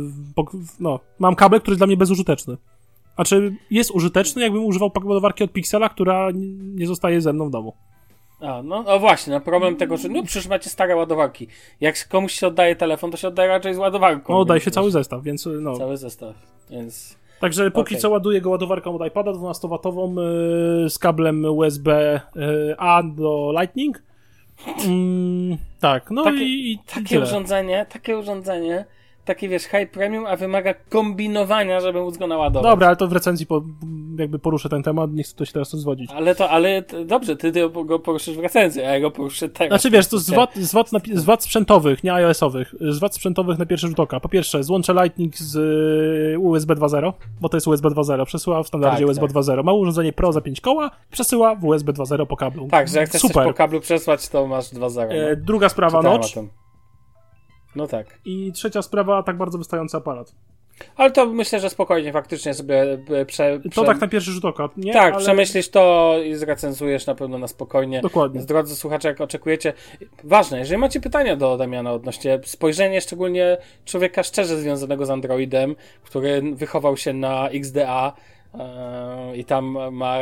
mam kabel, który jest dla mnie bezużyteczny. A czy jest użyteczny, jakbym używał ładowarki od Pixela, która nie zostaje ze mną w domu? No właśnie, problem tego, że przecież macie stare ładowarki. Jak komuś się oddaje telefon, to się oddaje raczej z ładowarką. No oddaje się cały zestaw, więc no. Cały zestaw, więc... Także póki co ładuję go ładowarką od iPada 12W z kablem USB-A do Lightning. Tak, no takie urządzenie taki, wiesz, high premium, a wymaga kombinowania, żeby móc go naładować. Dobra, ale to w recenzji jakby poruszę ten temat, nie chcę to się teraz rozwodzić. Dobrze, ty go poruszysz w recenzji, a ja go poruszę teraz. Znaczy wiesz, to z wad sprzętowych, nie iOS-owych, z wad sprzętowych na pierwszy rzut oka. Po pierwsze, złącze Lightning z USB 2.0, bo to jest USB 2.0, przesyła w standardzie USB 2.0. Ma urządzenie Pro za 5 koła, przesyła w USB 2.0 po kablu. Tak, że jak chcesz coś po kablu przesłać, to masz 2.0. No? Druga sprawa, notch. No tak. I trzecia sprawa, tak bardzo wystający aparat. Ale to myślę, że spokojnie faktycznie sobie To tak na pierwszy rzut oka, nie? Tak, ale... przemyślisz to i zrecenzujesz na pewno na spokojnie. Dokładnie. Drodzy słuchacze, jak oczekujecie... Ważne, jeżeli macie pytania do Damiana odnośnie spojrzenia szczególnie człowieka szczerze związanego z Androidem, który wychował się na XDA, i tam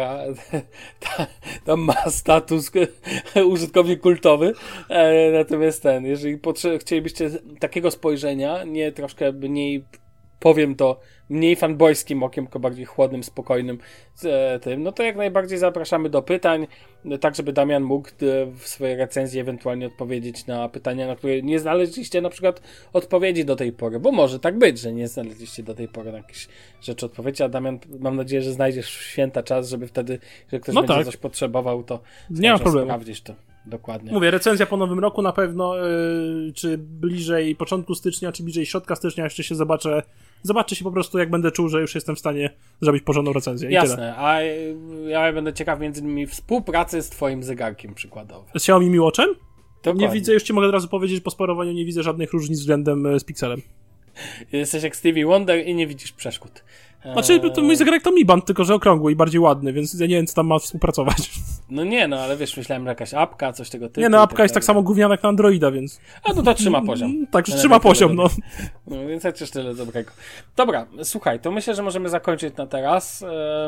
ma status użytkownik kultowy. Natomiast jeżeli chcielibyście takiego spojrzenia, nie troszkę mniej, powiem to, mniej fanboyskim okiem, tylko bardziej chłodnym, spokojnym tym, no to jak najbardziej zapraszamy do pytań, tak żeby Damian mógł w swojej recenzji ewentualnie odpowiedzieć na pytania, na które nie znaleźliście na przykład odpowiedzi do tej pory, bo może tak być, że nie znaleźliście do tej pory na jakieś rzeczy odpowiedzi, a Damian, mam nadzieję, że znajdziesz w święta czas, żeby wtedy, jeżeli ktoś będzie coś potrzebował, to nie ma problemu. Sprawdzisz to. Dokładnie. Mówię, recenzja po nowym roku na pewno, czy bliżej początku stycznia, czy bliżej środka stycznia jeszcze się zobaczę się po prostu, jak będę czuł, że już jestem w stanie zrobić porządną recenzję. I jasne, tyle. A ja będę ciekaw między innymi współpracy z twoim zegarkiem przykładowo. Z Xiaomi Mi Watchem? Dokładnie. Nie widzę, już ci mogę od razu powiedzieć, że po sparowaniu nie widzę żadnych różnic względem z Pixelem. Jesteś jak Stevie Wonder i nie widzisz przeszkód. Znaczy, to mój zegarek to Mi Band, tylko że okrągły i bardziej ładny, więc ja nie wiem, co tam ma współpracować. No nie, ale wiesz, myślałem, że jakaś apka, coś tego typu. Nie, apka jest tak samo gówniana jak na Androida, więc... A to trzyma poziom. Także trzyma poziom, no. No więc chociaż tyle dobrego. Dobra, słuchaj, to myślę, że możemy zakończyć na teraz.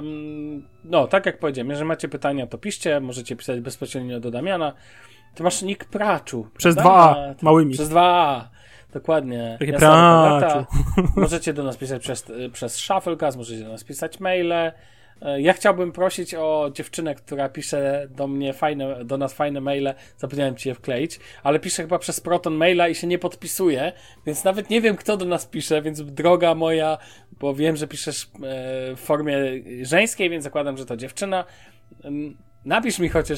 No, tak jak powiedziałem, jeżeli macie pytania, to piszcie, możecie pisać bezpośrednio do Damiana. Ty masz nick Praczu. Przez 2A, małymi. Przez 2A. Dokładnie. Takie Praczu. Możecie do nas pisać przez Shufflecast, możecie do nas pisać maile. Ja chciałbym prosić o dziewczynę, która pisze do nas fajne maile, zapomniałem ci je wkleić, ale pisze chyba przez Proton maila i się nie podpisuje, więc nawet nie wiem, kto do nas pisze, więc droga moja, bo wiem, że piszesz w formie żeńskiej, więc zakładam, że to dziewczyna. Napisz mi chociaż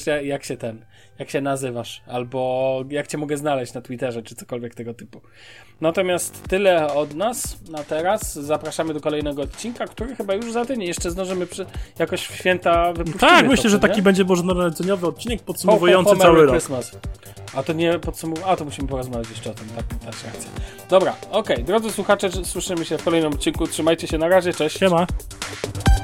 jak się nazywasz, albo jak cię mogę znaleźć na Twitterze, czy cokolwiek tego typu. Natomiast tyle od nas na teraz. Zapraszamy do kolejnego odcinka, który chyba już za tydzień jeszcze zdążymy jakoś w święta wypuścić. Tak, myślę, że taki będzie bożonarodzeniowy odcinek podsumowujący cały rok. Christmas. A to nie to musimy porozmawiać jeszcze o tym, tak, racja. Dobra, okej, drodzy słuchacze, słyszymy się w kolejnym odcinku. Trzymajcie się, na razie, cześć. Siema.